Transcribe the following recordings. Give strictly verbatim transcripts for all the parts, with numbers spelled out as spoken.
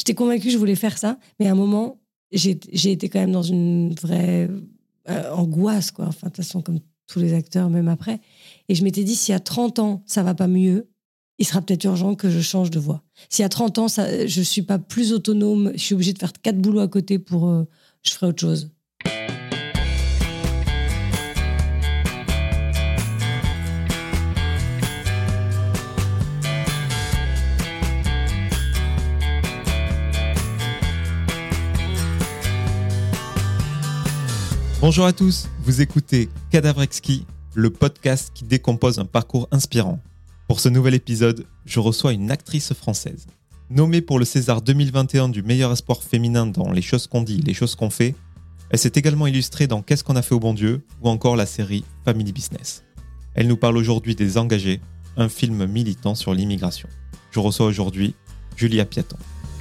j'étais convaincue que je voulais faire ça, mais à un moment, j'ai, j'ai été quand même dans une vraie euh, angoisse, quoi. Enfin, de toute façon, comme tous les acteurs, même après. Et je m'étais dit, si à trente ans, ça va pas mieux, il sera peut-être urgent que je change de voie. Si à trente ans, ça, je suis pas plus autonome, je suis obligée de faire quatre boulots à côté pour... Euh, je ferai autre chose. Bonjour à tous, vous écoutez Cadavre Exquis, le podcast qui décompose un parcours inspirant. Pour ce nouvel épisode, je reçois une actrice française. Nommée pour le César deux mille vingt et un du meilleur espoir féminin dans Les choses qu'on dit, les choses qu'on fait, elle s'est également illustrée dans Qu'est-ce qu'on a fait au bon Dieu ou encore la série Family Business. Elle nous parle aujourd'hui des Engagés, un film militant sur l'immigration. Je reçois aujourd'hui Julia Piaton.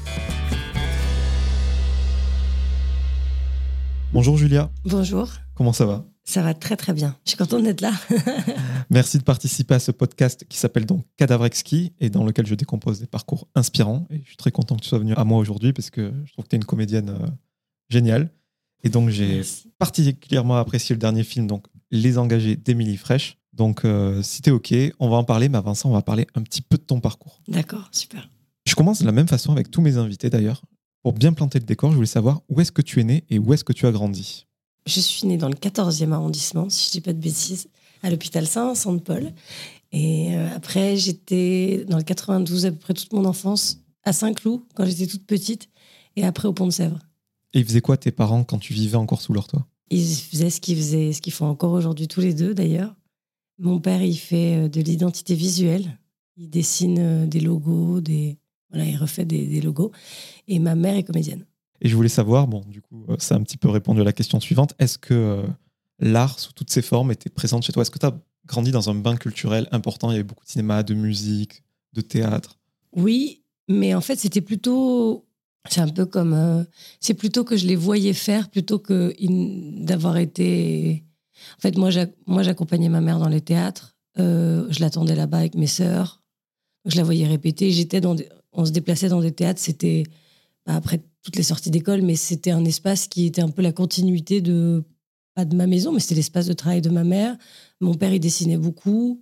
Bonjour Julia. Bonjour. Comment ça va ? Ça va très très bien. Je suis contente d'être là. Merci de participer à ce podcast qui s'appelle donc Cadavre Exquis et dans lequel je décompose des parcours inspirants. Et je suis très content que tu sois venue à moi aujourd'hui parce que je trouve que tu es une comédienne euh, géniale. Et donc j'ai Merci. particulièrement apprécié le dernier film, donc Les Engagés d'Émilie Frêche. Donc euh, si tu es OK, on va en parler, mais avant ça, on va parler un petit peu de ton parcours. D'accord, super. Je commence de la même façon avec tous mes invités d'ailleurs. Pour bien planter le décor, je voulais savoir où est-ce que tu es né et où est-ce que tu as grandi. Je suis née dans le quatorzième arrondissement, si je ne dis pas de bêtises, à l'hôpital Saint-Vincent-de-Paul. Et euh, après, j'étais dans le quatre-vingt-douze à peu près toute mon enfance, à Saint-Cloud, quand j'étais toute petite, et après au Pont-de-Sèvres. Et ils faisaient quoi tes parents quand tu vivais encore sous leur toit ? Ils faisaient ce qu'ils faisaient, ce qu'ils font encore aujourd'hui tous les deux d'ailleurs. Mon père, il fait de l'identité visuelle. Il dessine des logos, des... Voilà, il refait des, des logos. Et ma mère est comédienne. Et je voulais savoir, bon, du coup, ça a un petit peu répondu à la question suivante. Est-ce que euh, l'art, sous toutes ses formes, était présent chez toi ? Est-ce que tu as grandi dans un bain culturel important ? Il y avait beaucoup de cinéma, de musique, de théâtre. Oui, mais en fait, c'était plutôt... C'est un peu comme... Euh, c'est plutôt que je les voyais faire, plutôt que in, d'avoir été... En fait, moi, j'a, moi, j'accompagnais ma mère dans les théâtres. Euh, je l'attendais là-bas avec mes sœurs. Je la voyais répéter. J'étais dans des... On se déplaçait dans des théâtres. C'était... Bah, après toutes les sorties d'école, mais c'était un espace qui était un peu la continuité de... Pas de ma maison, mais c'était l'espace de travail de ma mère. Mon père, il dessinait beaucoup.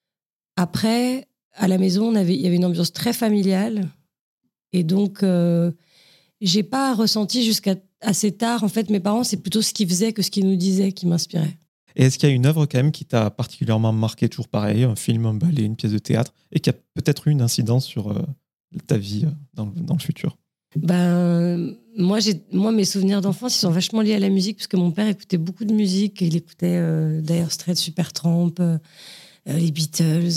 Après, à la maison, on avait... il y avait une ambiance très familiale. Et donc... Euh... J'ai pas ressenti jusqu'à assez tard. En fait, mes parents, c'est plutôt ce qu'ils faisaient que ce qu'ils nous disaient qui m'inspirait. Et est-ce qu'il y a une œuvre quand même qui t'a particulièrement marqué, toujours pareil, un film, un ballet, une pièce de théâtre, et qui a peut-être eu une incidence sur euh, ta vie euh, dans, dans le futur ? Ben, moi, j'ai, moi, mes souvenirs d'enfance, ils sont vachement liés à la musique, parce que mon père écoutait beaucoup de musique. Il écoutait euh, Dire Straits, Supertramp, euh, les Beatles...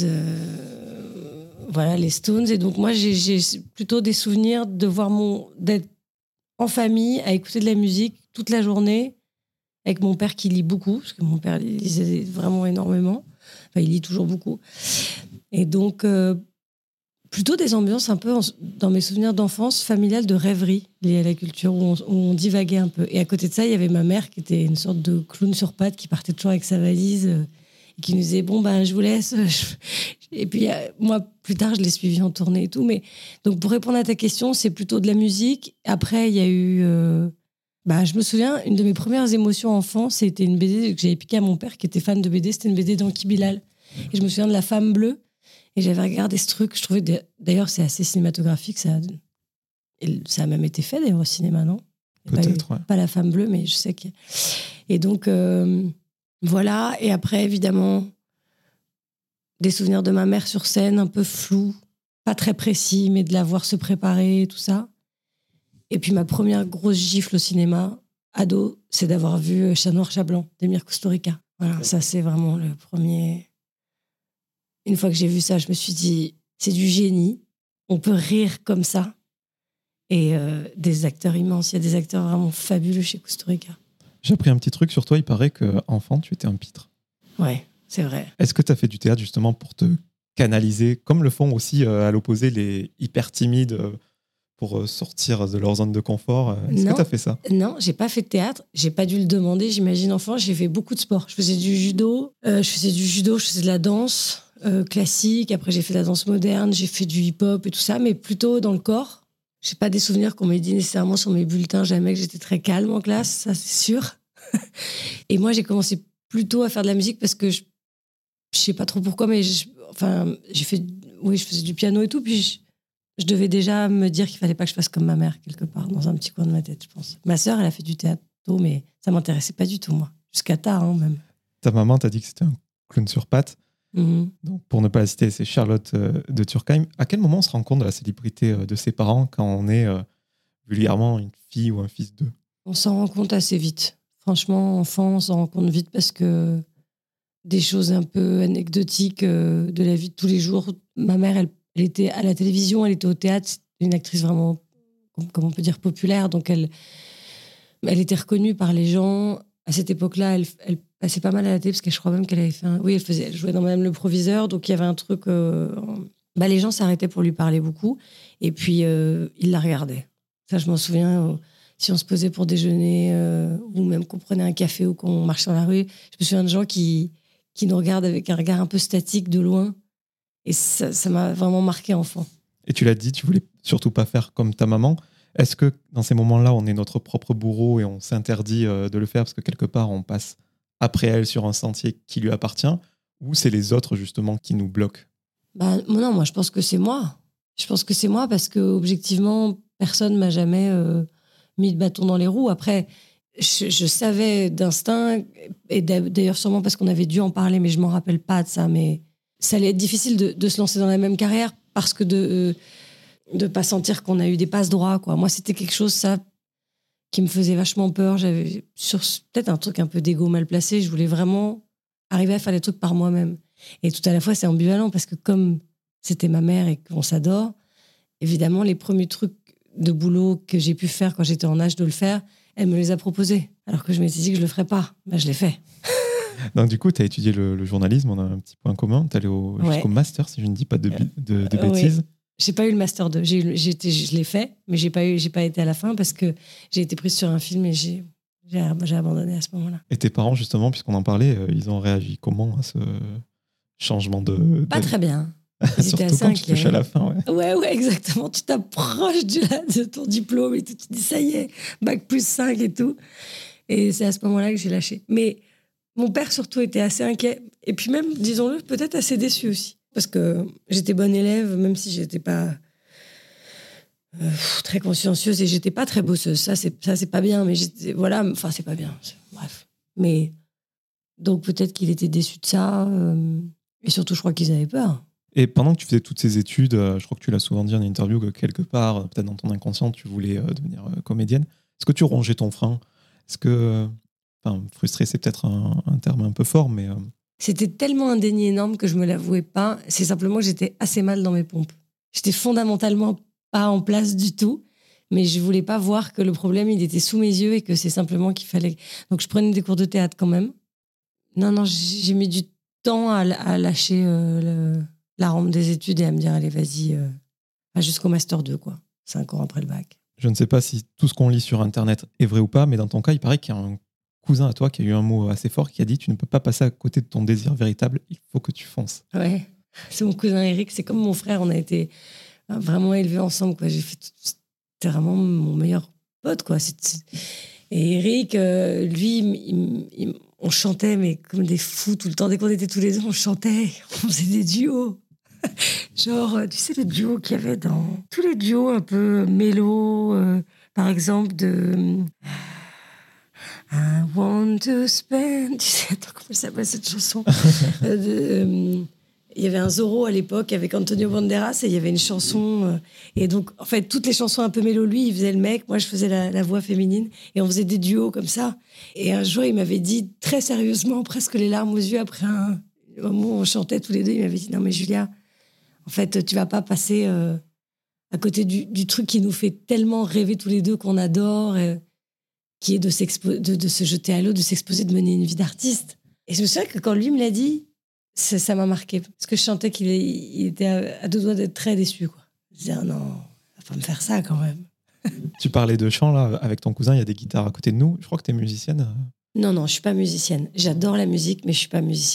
Euh, Voilà, les Stones. Et donc, moi, j'ai, j'ai plutôt des souvenirs de voir mon, d'être en famille, à écouter de la musique toute la journée, avec mon père qui lit beaucoup, parce que mon père lisait vraiment énormément. Enfin, il lit toujours beaucoup. Et donc, euh, plutôt des ambiances un peu, en, dans mes souvenirs d'enfance, familiales, de rêverie liées à la culture, où on, où on divaguait un peu. Et à côté de ça, il y avait ma mère, qui était une sorte de clown sur pattes, qui partait toujours avec sa valise, euh, et qui nous disait, bon, ben, je vous laisse. Et puis, euh, moi, plus tard, je l'ai suivi en tournée et tout. Mais donc, pour répondre à ta question, c'est plutôt de la musique. Après, il y a eu... Euh, bah, je me souviens, une de mes premières émotions enfant, c'était une B D que j'avais piquée à mon père, qui était fan de B D. C'était une B D d'Anki Bilal. Et je me souviens de La Femme Bleue. Et j'avais regardé ce truc. Je trouvais... D'ailleurs, c'est assez cinématographique. Ça a, ça a même été fait, d'ailleurs, au cinéma, non ? Peut-être, pas, ouais. Pas La Femme Bleue, mais je sais que... Et donc, euh, voilà. Et après, évidemment... Des souvenirs de ma mère sur scène, un peu flous, pas très précis, mais de la voir se préparer, tout ça. Et puis ma première grosse gifle au cinéma, ado, c'est d'avoir vu Chat Noir, Chat Blanc d'Emir Kusturica. Voilà, okay. Ça c'est vraiment le premier... Une fois que j'ai vu ça, je me suis dit, c'est du génie, on peut rire comme ça. Et euh, des acteurs immenses, il y a des acteurs vraiment fabuleux chez Kusturica. J'ai appris un petit truc sur toi, il paraît qu'enfant, tu étais un pitre. Ouais. C'est vrai. Est-ce que tu as fait du théâtre justement pour te canaliser, comme le font aussi euh, à l'opposé les hyper timides euh, pour euh, sortir de leur zone de confort ? Est-ce non, que tu as fait ça ? Non, j'ai pas fait de théâtre. J'ai pas dû le demander. J'imagine enfant, j'ai fait beaucoup de sport. Je faisais du judo, euh, je faisais du judo, je faisais de la danse euh, classique. Après, j'ai fait de la danse moderne, j'ai fait du hip-hop et tout ça, mais plutôt dans le corps. j'ai pas des souvenirs qu'on m'ait dit nécessairement sur mes bulletins, jamais que j'étais très calme en classe, ça c'est sûr. Et moi, j'ai commencé plutôt à faire de la musique parce que je, je sais pas trop pourquoi, mais je, enfin, j'ai fait, oui, je faisais du piano et tout, puis je, je devais déjà me dire qu'il fallait pas que je fasse comme ma mère quelque part, dans un petit coin de ma tête, je pense. Ma sœur, elle a fait du théâtre, mais ça m'intéressait pas du tout, moi, jusqu'à tard, hein, même. Ta maman t'a dit que c'était un clown sur pattes. Mm-hmm. Donc, pour ne pas la citer, c'est Charlotte euh, de Turckheim. À quel moment on se rend compte de la célébrité euh, de ses parents quand on est euh, vulgairement une fille ou un fils d'eux? On s'en rend compte assez vite. Franchement, enfant, on s'en rend compte vite parce que des choses un peu anecdotiques euh, de la vie de tous les jours. Ma mère, elle, elle était à la télévision, elle était au théâtre. C'est une actrice vraiment, comme on peut dire, populaire. Donc, elle, elle était reconnue par les gens. À cette époque-là, elle, elle passait pas mal à la télé parce que je crois même qu'elle avait fait un... Oui, elle, faisait, elle jouait dans Madame le Proviseur. Donc, il y avait un truc... Euh... Bah, les gens s'arrêtaient pour lui parler beaucoup. Et puis, euh, ils la regardaient. Ça, je m'en souviens... Euh... Si on se posait pour déjeuner euh, ou même qu'on prenait un café ou qu'on marchait dans la rue, je me souviens de gens qui, qui nous regardent avec un regard un peu statique de loin. Et ça, ça m'a vraiment marqué enfant. Et tu l'as dit, tu voulais surtout pas faire comme ta maman. Est-ce que dans ces moments-là, on est notre propre bourreau et on s'interdit euh, de le faire parce que quelque part, on passe après elle sur un sentier qui lui appartient, ou c'est les autres justement qui nous bloquent? Bah, non, moi je pense que c'est moi. Je pense que c'est moi parce que objectivement, personne m'a jamais... Euh, mis de bâton dans les roues. Après, je, je savais d'instinct, et d'ailleurs sûrement parce qu'on avait dû en parler, mais je m'en rappelle pas de ça, mais ça allait être difficile de, de se lancer dans la même carrière parce que de de pas sentir qu'on a eu des passes droits, quoi. Moi, c'était quelque chose, ça, qui me faisait vachement peur. J'avais sur peut-être un truc un peu d'égo mal placé. Je voulais vraiment arriver à faire des trucs par moi-même. Et tout à la fois, c'est ambivalent parce que comme c'était ma mère et qu'on s'adore, évidemment, les premiers trucs de boulot que j'ai pu faire quand j'étais en âge de le faire, elle me les a proposés. Alors que je m'étais dit que je le ferais pas. Ben, je l'ai fait. Donc, du coup, tu as étudié le, le journalisme, on a un petit point commun. Tu es allé au, ouais. jusqu'au master, si je ne dis pas de, de, de euh, bêtises. Ouais. J'ai pas eu le master deux. J'ai, j'ai été, je l'ai fait, mais j'ai pas, eu, j'ai pas été à la fin parce que j'ai été prise sur un film et j'ai, j'ai, j'ai abandonné à ce moment-là. Et tes parents, justement, puisqu'on en parlait, euh, ils ont réagi comment à ce changement de... Pas de... très bien. Ils Surtout étaient assez quand tu touches à la fin, ouais. Ouais, ouais, exactement. Tu t'approches de, la, de ton diplôme et tout, tu te dis, ça y est, bac plus cinq et tout. Et c'est à ce moment-là que j'ai lâché. Mais mon père, surtout, était assez inquiet. Et puis même, disons-le, peut-être assez déçu aussi. Parce que j'étais bonne élève, même si j'étais pas euh, très consciencieuse et j'étais pas très bosseuse. Ça, c'est, ça, c'est pas bien. Mais j'étais, voilà, enfin, c'est pas bien. C'est, bref. Mais donc, peut-être qu'il était déçu de ça. Euh, et surtout, je crois qu'ils avaient peur. Et pendant que tu faisais toutes ces études, euh, je crois que tu l'as souvent dit en interview que quelque part, euh, peut-être dans ton inconscient, tu voulais euh, devenir euh, comédienne. Est-ce que tu rongeais ton frein? Est-ce que... Euh, enfin, frustré, c'est peut-être un, un terme un peu fort, mais... Euh... C'était tellement un déni énorme que je me l'avouais pas. C'est simplement que j'étais assez mal dans mes pompes. J'étais fondamentalement pas en place du tout, mais je voulais pas voir que le problème, il était sous mes yeux et que c'est simplement qu'il fallait... Donc, je prenais des cours de théâtre quand même. Non, non, j'ai mis du temps à, à lâcher euh, le... la rampe des études et à me dire, allez, vas-y, euh, jusqu'au master deux, quoi. Cinq ans après le bac. Je ne sais pas si tout ce qu'on lit sur Internet est vrai ou pas, mais dans ton cas, il paraît qu'il y a un cousin à toi qui a eu un mot assez fort qui a dit, tu ne peux pas passer à côté de ton désir véritable, il faut que tu fonces. Ouais, c'est mon cousin Eric, c'est comme mon frère, on a été vraiment élevés ensemble, quoi. J'ai fait tout... C'était vraiment mon meilleur pote, quoi. C'est... Et Eric, euh, lui, il, il, on chantait, mais comme des fous tout le temps. Dès qu'on était tous les deux, on chantait, on faisait des duos. Genre, tu sais, le duo qu'il y avait dans tous les duos un peu mélo, euh, par exemple, de I want to spend. Tu sais, attends, comment s'appelle cette chanson? euh, de, euh, Il y avait un Zorro à l'époque avec Antonio Banderas et il y avait une chanson. Euh, et donc, en fait, toutes les chansons un peu mélo, lui, il faisait le mec, moi, je faisais la, la voix féminine et on faisait des duos comme ça. Et un jour, il m'avait dit très sérieusement, presque les larmes aux yeux, après un moment où on chantait tous les deux, il m'avait dit, non mais Julia, en fait, tu vas pas passer euh, à côté du, du truc qui nous fait tellement rêver tous les deux, qu'on adore, euh, qui est de, de, de se jeter à l'eau, de s'exposer, de mener une vie d'artiste. Et je me souviens que quand lui me l'a dit, ça, ça m'a marqué. Parce que je sentais qu'il il était à, à deux doigts d'être très déçu, quoi. Je disais, ah non, va pas me faire ça quand même. Tu parlais de chant, là, avec ton cousin, il y a des guitares à côté de nous. Je crois que tu es musicienne. Non, non, je suis pas musicienne. J'adore la musique, mais je suis pas musicienne.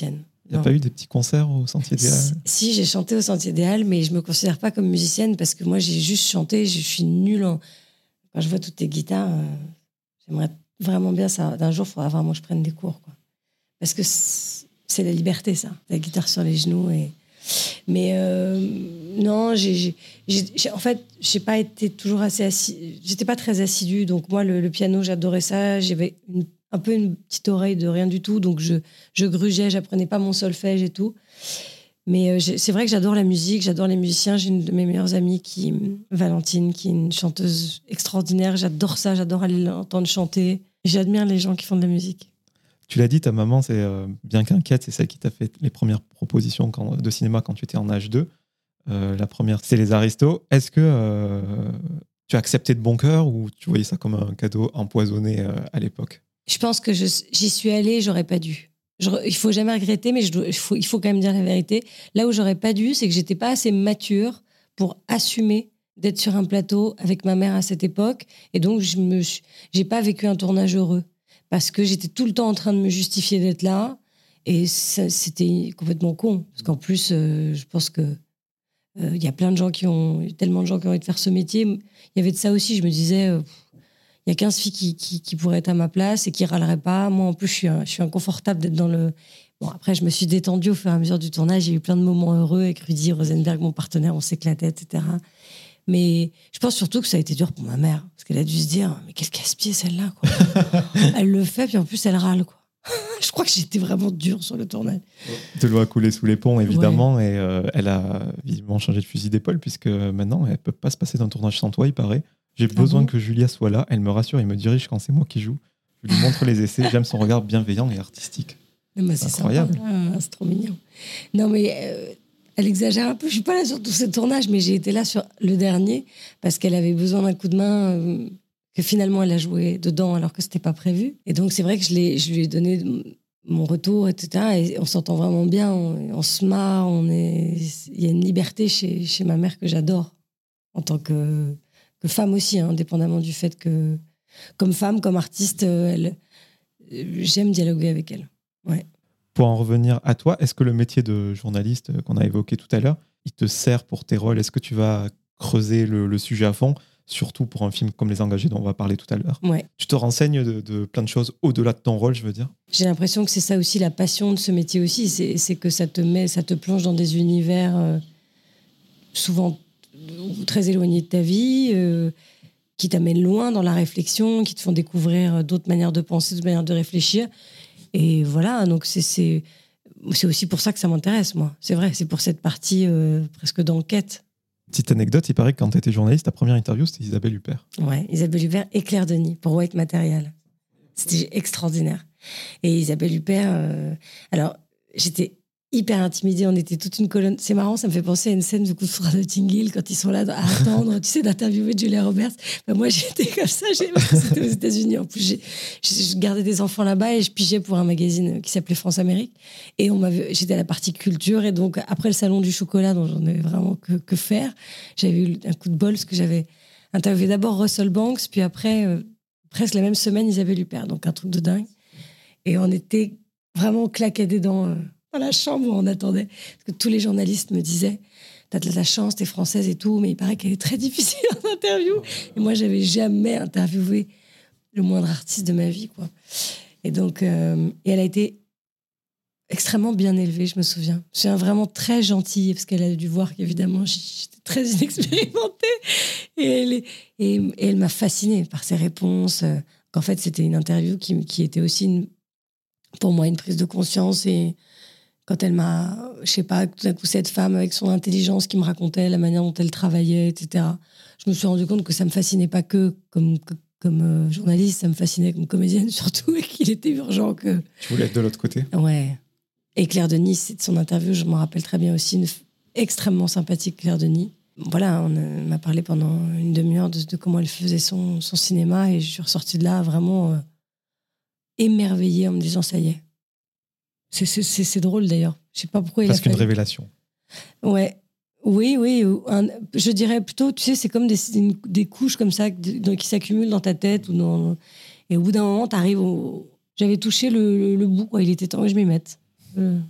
Il n'y a non. pas eu des petits concerts au Sentier des Halles? Si, si, j'ai chanté au Sentier des Halles, mais je ne me considère pas comme musicienne parce que moi, j'ai juste chanté. Je suis nulle en... Quand je vois toutes tes guitares, euh, j'aimerais vraiment bien ça. D'un jour, il faudra vraiment que je prenne des cours, quoi. Parce que c'est la liberté, ça. La guitare sur les genoux. Et... Mais euh, non, j'ai, j'ai, j'ai, en fait, je n'ai pas été toujours assez assidue. J'étais pas très assidue. Donc, moi, le, le piano, j'adorais ça. J'avais une un peu une petite oreille de rien du tout, donc je, je grugeais, j'apprenais pas mon solfège et tout. Mais euh, c'est vrai que j'adore la musique, j'adore les musiciens. J'ai une de mes meilleures amies, qui, Valentine, qui est une chanteuse extraordinaire. J'adore ça, j'adore aller l'entendre chanter. J'admire les gens qui font de la musique. Tu l'as dit, ta maman, c'est euh, bien qu'inquiète, c'est celle qui t'a fait les premières propositions quand, de cinéma quand tu étais en âge deux. Euh, la première, c'est Les Aristos. Est-ce que euh, tu as accepté de bon cœur ou tu voyais ça comme un cadeau empoisonné euh, à l'époque? Je pense que je, j'y suis allée, j'aurais pas dû. Je, il faut jamais regretter, mais je dois, il, faut, il faut quand même dire la vérité. Là où j'aurais pas dû, c'est que j'étais pas assez mature pour assumer d'être sur un plateau avec ma mère à cette époque. Et donc, je me, j'ai pas vécu un tournage heureux. Parce que j'étais tout le temps en train de me justifier d'être là. Et ça, c'était complètement con. Parce qu'en plus, euh, je pense que il euh, y a plein de gens qui ont... tellement de gens qui ont envie de faire ce métier. Il y avait de ça aussi. Je me disais... Euh, il y a quinze filles qui, qui, qui pourraient être à ma place et qui râleraient pas. Moi, en plus, je suis, un, je suis inconfortable d'être dans le... Bon, après, je me suis détendue au fur et à mesure du tournage. J'ai eu plein de moments heureux avec Rudy Rosenberg, mon partenaire. On s'éclatait, et cetera. Mais je pense surtout que ça a été dur pour ma mère. Parce qu'elle a dû se dire, mais quel casse-pied celle-là, quoi. Elle le fait, puis en plus, elle râle, quoi. Je crois que j'étais vraiment dure sur le tournage. De l'eau a coulé sous les ponts, évidemment. Ouais. Et euh, elle a visiblement changé de fusil d'épaule, puisque maintenant, elle ne peut pas se passer d'un tournage sans toi, il paraît. J'ai ah besoin bon que Julia soit là. Elle me rassure, il me dirige quand c'est moi qui joue. Je lui montre les essais. J'aime son regard bienveillant et artistique. Mais c'est incroyable. Ah, c'est trop mignon. Non, mais euh, elle exagère un peu. Je suis pas là sur tous ces tournages, mais j'ai été là sur le dernier parce qu'elle avait besoin d'un coup de main euh, que finalement elle a joué dedans alors que c'était pas prévu. Et donc c'est vrai que je, l'ai, je lui ai donné mon retour, et cetera. Et on s'entend vraiment bien. On, on se marre. On est. Il y a une liberté chez chez ma mère que j'adore en tant que que femme aussi, hein, indépendamment du fait que, comme femme, comme artiste, euh, elle, euh, j'aime dialoguer avec elle. Ouais. Pour en revenir à toi, est-ce que le métier de journaliste euh, qu'on a évoqué tout à l'heure, il te sert pour tes rôles? Est-ce que tu vas creuser le, le sujet à fond, surtout pour un film comme Les Engagés dont on va parler tout à l'heure? Ouais. Tu te renseignes de, de plein de choses au-delà de ton rôle, je veux dire? J'ai l'impression que c'est ça aussi, la passion de ce métier aussi, c'est, c'est que ça te met, ça te plonge dans des univers euh, souvent très éloignés de ta vie, euh, qui t'amènent loin dans la réflexion, qui te font découvrir d'autres manières de penser, d'autres manières de réfléchir. Et voilà, donc c'est, c'est, c'est aussi pour ça que ça m'intéresse, moi. C'est vrai, c'est pour cette partie euh, presque d'enquête. Petite anecdote, il paraît que quand tu étais journaliste, ta première interview, c'était Isabelle Huppert. Ouais, Isabelle Huppert et Claire Denis pour White Material. C'était extraordinaire. Et Isabelle Huppert, euh, alors, j'étais hyper intimidée, on était toute une colonne. C'est marrant, ça me fait penser à une scène de Coup de foudre de Notting Hill quand ils sont là à attendre, tu sais, d'interviewer Julia Roberts. Ben moi, j'étais comme ça, j'ai... c'était aux États-Unis. En plus, j'ai... je gardais des enfants là-bas et je pigeais pour un magazine qui s'appelait France Amérique. Et on m'avait... j'étais à la partie culture. Et donc, après le salon du chocolat, dont j'en avais vraiment que, que faire, j'avais eu un coup de bol parce que j'avais interviewé d'abord Russell Banks, puis après, euh, presque la même semaine, Isabelle Huppert. Donc, un truc de dingue. Et on était vraiment claqués des dents. Euh, dans la chambre où on attendait. Parce que tous les journalistes me disaient, t'as de la chance, t'es française et tout, mais il paraît qu'elle est très difficile en interview. Et moi, j'avais jamais interviewé le moindre artiste de ma vie, quoi. Et donc, euh, et elle a été extrêmement bien élevée, je me souviens. Je suis vraiment très gentille, parce qu'elle a dû voir qu'évidemment, j'étais très inexpérimentée. Et elle, est, et, et elle m'a fascinée par ses réponses. Qu'en fait, c'était une interview qui, qui était aussi, une, pour moi, une prise de conscience. Et quand elle m'a, je sais pas, tout d'un coup, cette femme avec son intelligence qui me racontait la manière dont elle travaillait, et cetera. Je me suis rendu compte que ça me fascinait pas que comme, que, comme euh, journaliste, ça me fascinait comme comédienne surtout, et qu'il était urgent que... Tu voulais être de l'autre côté? Ouais. Et Claire Denis, c'est de son interview, je m'en rappelle très bien aussi, une f... extrêmement sympathique Claire Denis. Voilà, on euh, m'a parlé pendant une demi-heure de, de comment elle faisait son, son cinéma, et je suis ressortie de là vraiment euh, émerveillée en me disant, ça y est. C'est, c'est, c'est, c'est drôle d'ailleurs. Je sais pas pourquoi il a fallu. Presque une révélation. Ouais. Oui, oui. Un, je dirais plutôt, tu sais, c'est comme des, des couches comme ça qui s'accumulent dans ta tête. Ou dans, et au bout d'un moment, t'arrives au... J'avais touché le, le, le bout, quoi. Il était temps que je m'y mette. Euh.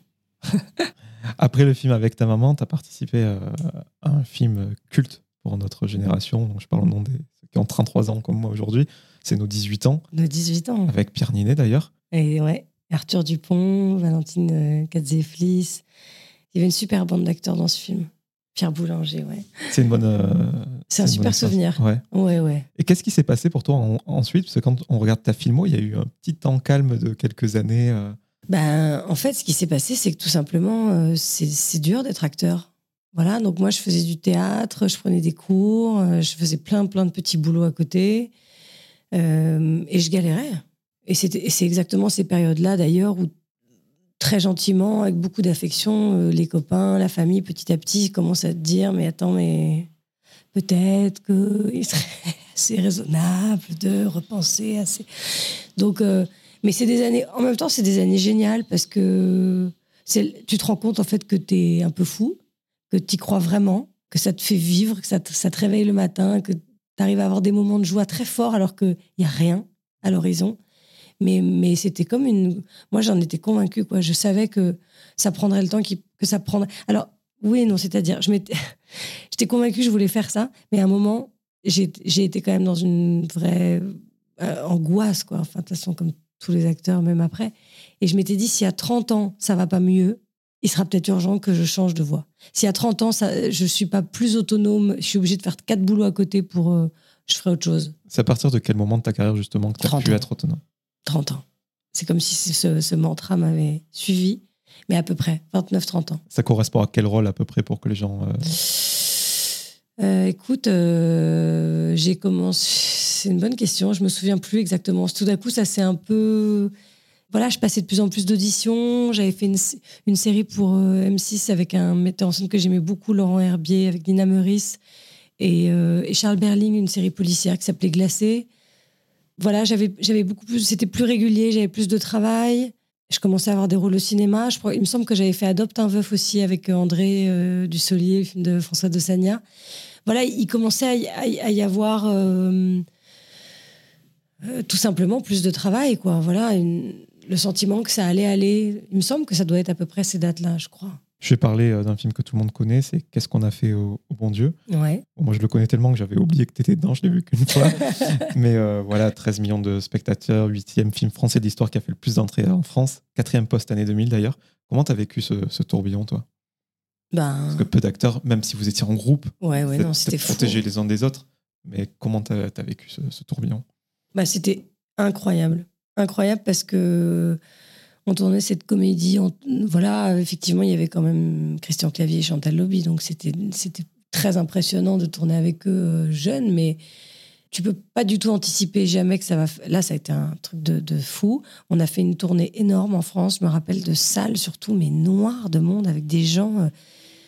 Après le film Avec ta maman, tu as participé euh, à un film culte pour notre génération. Donc, je parle au nom des ceux qui ont trente-trois ans comme moi aujourd'hui. C'est nos dix-huit ans. Nos dix-huit ans. Avec Pierre Ninet d'ailleurs. Et ouais, Arthur Dupont, Valentine euh, Katzeflis. Il y avait une super bande d'acteurs dans ce film. Pierre Boulanger, ouais. C'est une bonne. Euh, c'est, c'est un super souvenir. Ouais. Ouais, ouais. Et qu'est-ce qui s'est passé pour toi en, ensuite? Parce que quand on regarde ta filmo, il y a eu un petit temps calme de quelques années. Euh... Ben, en fait, ce qui s'est passé, c'est que tout simplement, euh, c'est, c'est dur d'être acteur. Voilà, donc moi, je faisais du théâtre, je prenais des cours, euh, je faisais plein, plein de petits boulots à côté. Euh, et je galérais. Et, c'était, et c'est exactement ces périodes-là, d'ailleurs, où très gentiment, avec beaucoup d'affection, euh, les copains, la famille, petit à petit, commencent à te dire, mais attends, mais peut-être qu'il serait assez raisonnable de repenser à ces... Donc, euh, mais c'est des années... En même temps, c'est des années géniales parce que c'est, tu te rends compte, en fait, que t'es un peu fou, que t'y crois vraiment, que ça te fait vivre, que ça te, ça te réveille le matin, que t'arrives à avoir des moments de joie très forts alors qu'il n'y a rien à l'horizon. Mais, mais c'était comme une... Moi, j'en étais convaincue, quoi. Je savais que ça prendrait le temps qui... que ça prendrait... Alors, oui et non, c'est-à-dire, je m'étais... j'étais convaincue que je voulais faire ça, mais à un moment, j'ai, j'ai été quand même dans une vraie euh, angoisse, quoi. Enfin, de toute façon, comme tous les acteurs, même après. Et je m'étais dit, si à trente ans, ça va pas mieux, il sera peut-être urgent que je change de voie. Si à trente ans, ça, je suis pas plus autonome, je suis obligée de faire quatre boulots à côté pour... Euh, je ferai autre chose. C'est à partir de quel moment de ta carrière, justement, que tu as pu ans. être autonome? trente ans. C'est comme si ce, ce mantra m'avait suivi, mais à peu près, vingt-neuf trente ans. Ça correspond à quel rôle à peu près pour que les gens... Euh... Euh, écoute, euh, j'ai commencé... C'est une bonne question, je me souviens plus exactement. Tout d'un coup, ça s'est un peu... Voilà, je passais de plus en plus d'auditions. J'avais fait une, une série pour euh, M six avec un metteur en scène que j'aimais beaucoup, Laurent Herbier, avec Nina Meurice, et, euh, et Charles Berling, une série policière qui s'appelait Glacé. Voilà, j'avais, j'avais beaucoup plus, c'était plus régulier, j'avais plus de travail. Je commençais à avoir des rôles au cinéma. Je crois, il me semble que j'avais fait Adopte un veuf aussi avec André euh, Dussolier, le film de François de Sagna. Voilà, il commençait à y, à y, à y avoir euh, euh, tout simplement plus de travail, quoi. Voilà, une, le sentiment que ça allait aller. Il me semble que ça doit être à peu près ces dates-là, je crois. Je vais parler d'un film que tout le monde connaît, c'est Qu'est-ce qu'on a fait au, au bon Dieu. Ouais. Bon, moi, je le connais tellement que j'avais oublié que tu étais dedans, je l'ai vu qu'une fois. Mais euh, voilà, treize millions de spectateurs, huitième film français de l'histoire qui a fait le plus d'entrées en France, quatrième poste année deux mille d'ailleurs. Comment tu as vécu ce, ce tourbillon, toi? Ben... Parce que peu d'acteurs, même si vous étiez en groupe, ouais, ouais, non, c'était protégés les uns des autres. Mais comment tu as vécu ce, ce tourbillon? Ben, c'était incroyable. Incroyable parce que on tournait cette comédie. On... Voilà, effectivement, il y avait quand même Christian Clavier et Chantal Lobby, donc c'était, c'était très impressionnant de tourner avec eux euh, jeunes, mais tu peux pas du tout anticiper jamais que ça va... Là, ça a été un truc de, de fou. On a fait une tournée énorme en France, je me rappelle de salles surtout, mais noires de monde, avec des gens euh,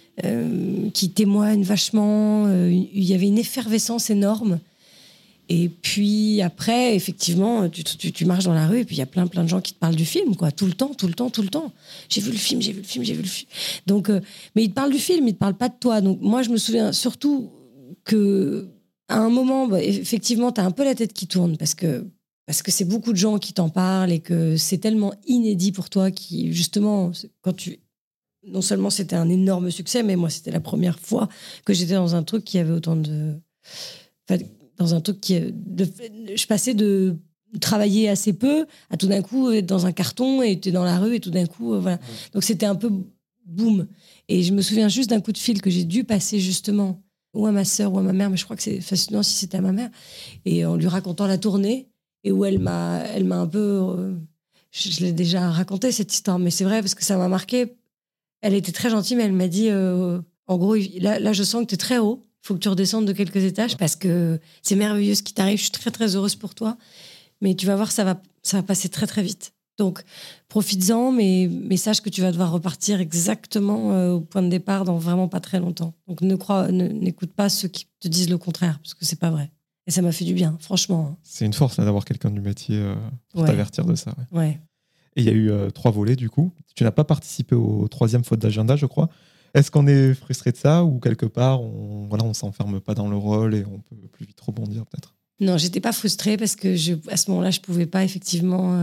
euh, qui témoignent vachement. Euh, il y avait une effervescence énorme. Et puis après, effectivement, tu, tu, tu marches dans la rue et puis il y a plein, plein de gens qui te parlent du film, quoi, tout le temps, tout le temps, tout le temps. J'ai vu le film, j'ai vu le film, j'ai vu le film. Donc, euh, mais ils te parlent du film, ils te parlent pas de toi. Donc moi, je me souviens surtout que à un moment, bah, effectivement, tu as un peu la tête qui tourne parce que parce que c'est beaucoup de gens qui t'en parlent et que c'est tellement inédit pour toi qui, justement, quand tu non seulement c'était un énorme succès, mais moi, c'était la première fois que j'étais dans un truc qui avait autant de... Enfin, dans un truc qui... De, je passais de travailler assez peu à tout d'un coup être dans un carton et tu es dans la rue et tout d'un coup... Euh, voilà. Donc, c'était un peu boum. Et je me souviens juste d'un coup de fil que j'ai dû passer justement ou à ma sœur ou à ma mère, mais je crois que c'est fascinant si c'était à ma mère, et en lui racontant la tournée, et où elle m'a, elle m'a un peu... Euh, je, je l'ai déjà raconté cette histoire, mais c'est vrai parce que ça m'a marqué. Elle était très gentille, mais elle m'a dit, euh, en gros, là, là, je sens que tu es très haut, il faut que tu redescendes de quelques étages parce que c'est merveilleux ce qui t'arrive, je suis très, très heureuse pour toi, mais tu vas voir, ça va, ça va passer très, très vite. Donc, profites-en, mais, mais sache que tu vas devoir repartir exactement euh, au point de départ dans vraiment pas très longtemps. Donc, ne crois, ne, n'écoute pas ceux qui te disent le contraire, parce que c'est pas vrai. Et ça m'a fait du bien, franchement. C'est une force là, d'avoir quelqu'un du métier euh, pour ouais. t'avertir de ça. Ouais. ouais. Et il y a eu euh, trois volets, du coup. Tu n'as pas participé au troisième faute d'agenda, je crois. Est-ce qu'on est frustré de ça ou quelque part, on voilà, on s'enferme pas dans le rôle et on peut plus vite rebondir, peut-être? Non, j'étais pas frustrée parce que je, à ce moment-là, je pouvais pas effectivement... Euh,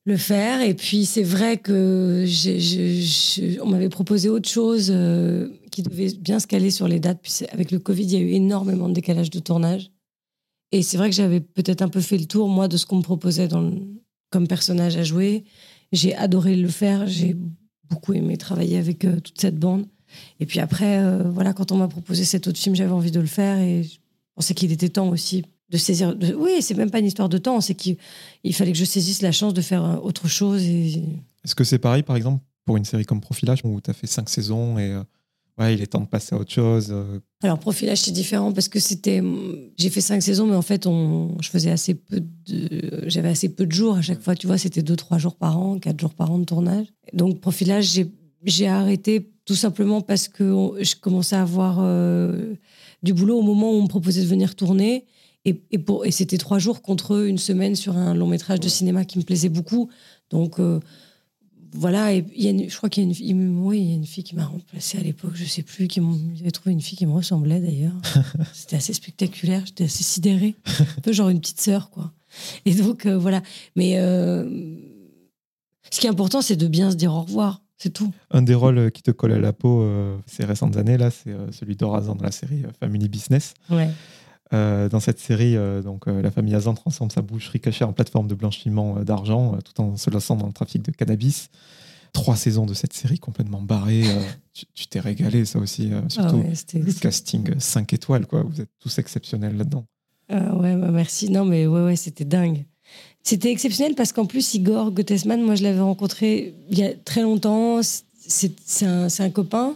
le faire. Et puis, c'est vrai que j'ai, j'ai, j'ai, on m'avait proposé autre chose euh, qui devait bien se caler sur les dates. Puis avec le Covid, il y a eu énormément de décalage de tournage. Et c'est vrai que j'avais peut-être un peu fait le tour, moi, de ce qu'on me proposait dans le, comme personnage à jouer. J'ai adoré le faire. J'ai beaucoup aimé travailler avec euh, toute cette bande. Et puis après, euh, voilà, quand on m'a proposé cet autre film, j'avais envie de le faire. Et je pensais qu'il était temps aussi de saisir. De... Oui, c'est même pas une histoire de temps, c'est qu'il il fallait que je saisisse la chance de faire autre chose. Et... Est-ce que c'est pareil, par exemple, pour une série comme Profilage, où tu as fait cinq saisons et euh, ouais, il est temps de passer à autre chose euh... Alors, Profilage, c'est différent parce que c'était. J'ai fait cinq saisons, mais en fait, on... je faisais assez peu de. J'avais assez peu de jours à chaque fois, tu vois, c'était deux, trois jours par an, quatre jours par an de tournage. Donc, Profilage, j'ai, j'ai arrêté tout simplement parce que je commençais à avoir euh, du boulot au moment où on me proposait de venir tourner. Et, et, pour, et c'était trois jours contre une semaine sur un long métrage de cinéma qui me plaisait beaucoup. Donc euh, voilà, et y a une, je crois qu'il y a, une, il, oui, il y a une fille qui m'a remplacée à l'époque, je sais plus, qui j'avais trouvé une fille qui me ressemblait d'ailleurs. C'était assez spectaculaire, j'étais assez sidérée. Un peu genre une petite sœur, quoi. Et donc euh, voilà. Mais euh, ce qui est important, c'est de bien se dire au revoir. C'est tout. Un des rôles qui te colle à la peau euh, ces récentes années, là, c'est euh, celui d'Horazan dans la série euh, Family Business. Ouais. Euh, dans cette série, euh, donc, euh, la famille Hazan transforme sa boucherie cachée en plateforme de blanchiment euh, d'argent, euh, tout en se lançant dans le trafic de cannabis. Trois saisons de cette série complètement barrée. Euh, tu, tu t'es régalé, ça aussi. Euh, surtout, ah ouais, c'était... le casting cinq étoiles, quoi. Vous êtes tous exceptionnels là-dedans. Ah ouais, bah merci. Non, mais ouais, ouais, c'était dingue. C'était exceptionnel parce qu'en plus, Igor Gottesman, moi, je l'avais rencontré il y a très longtemps. C'est, c'est, un, c'est un copain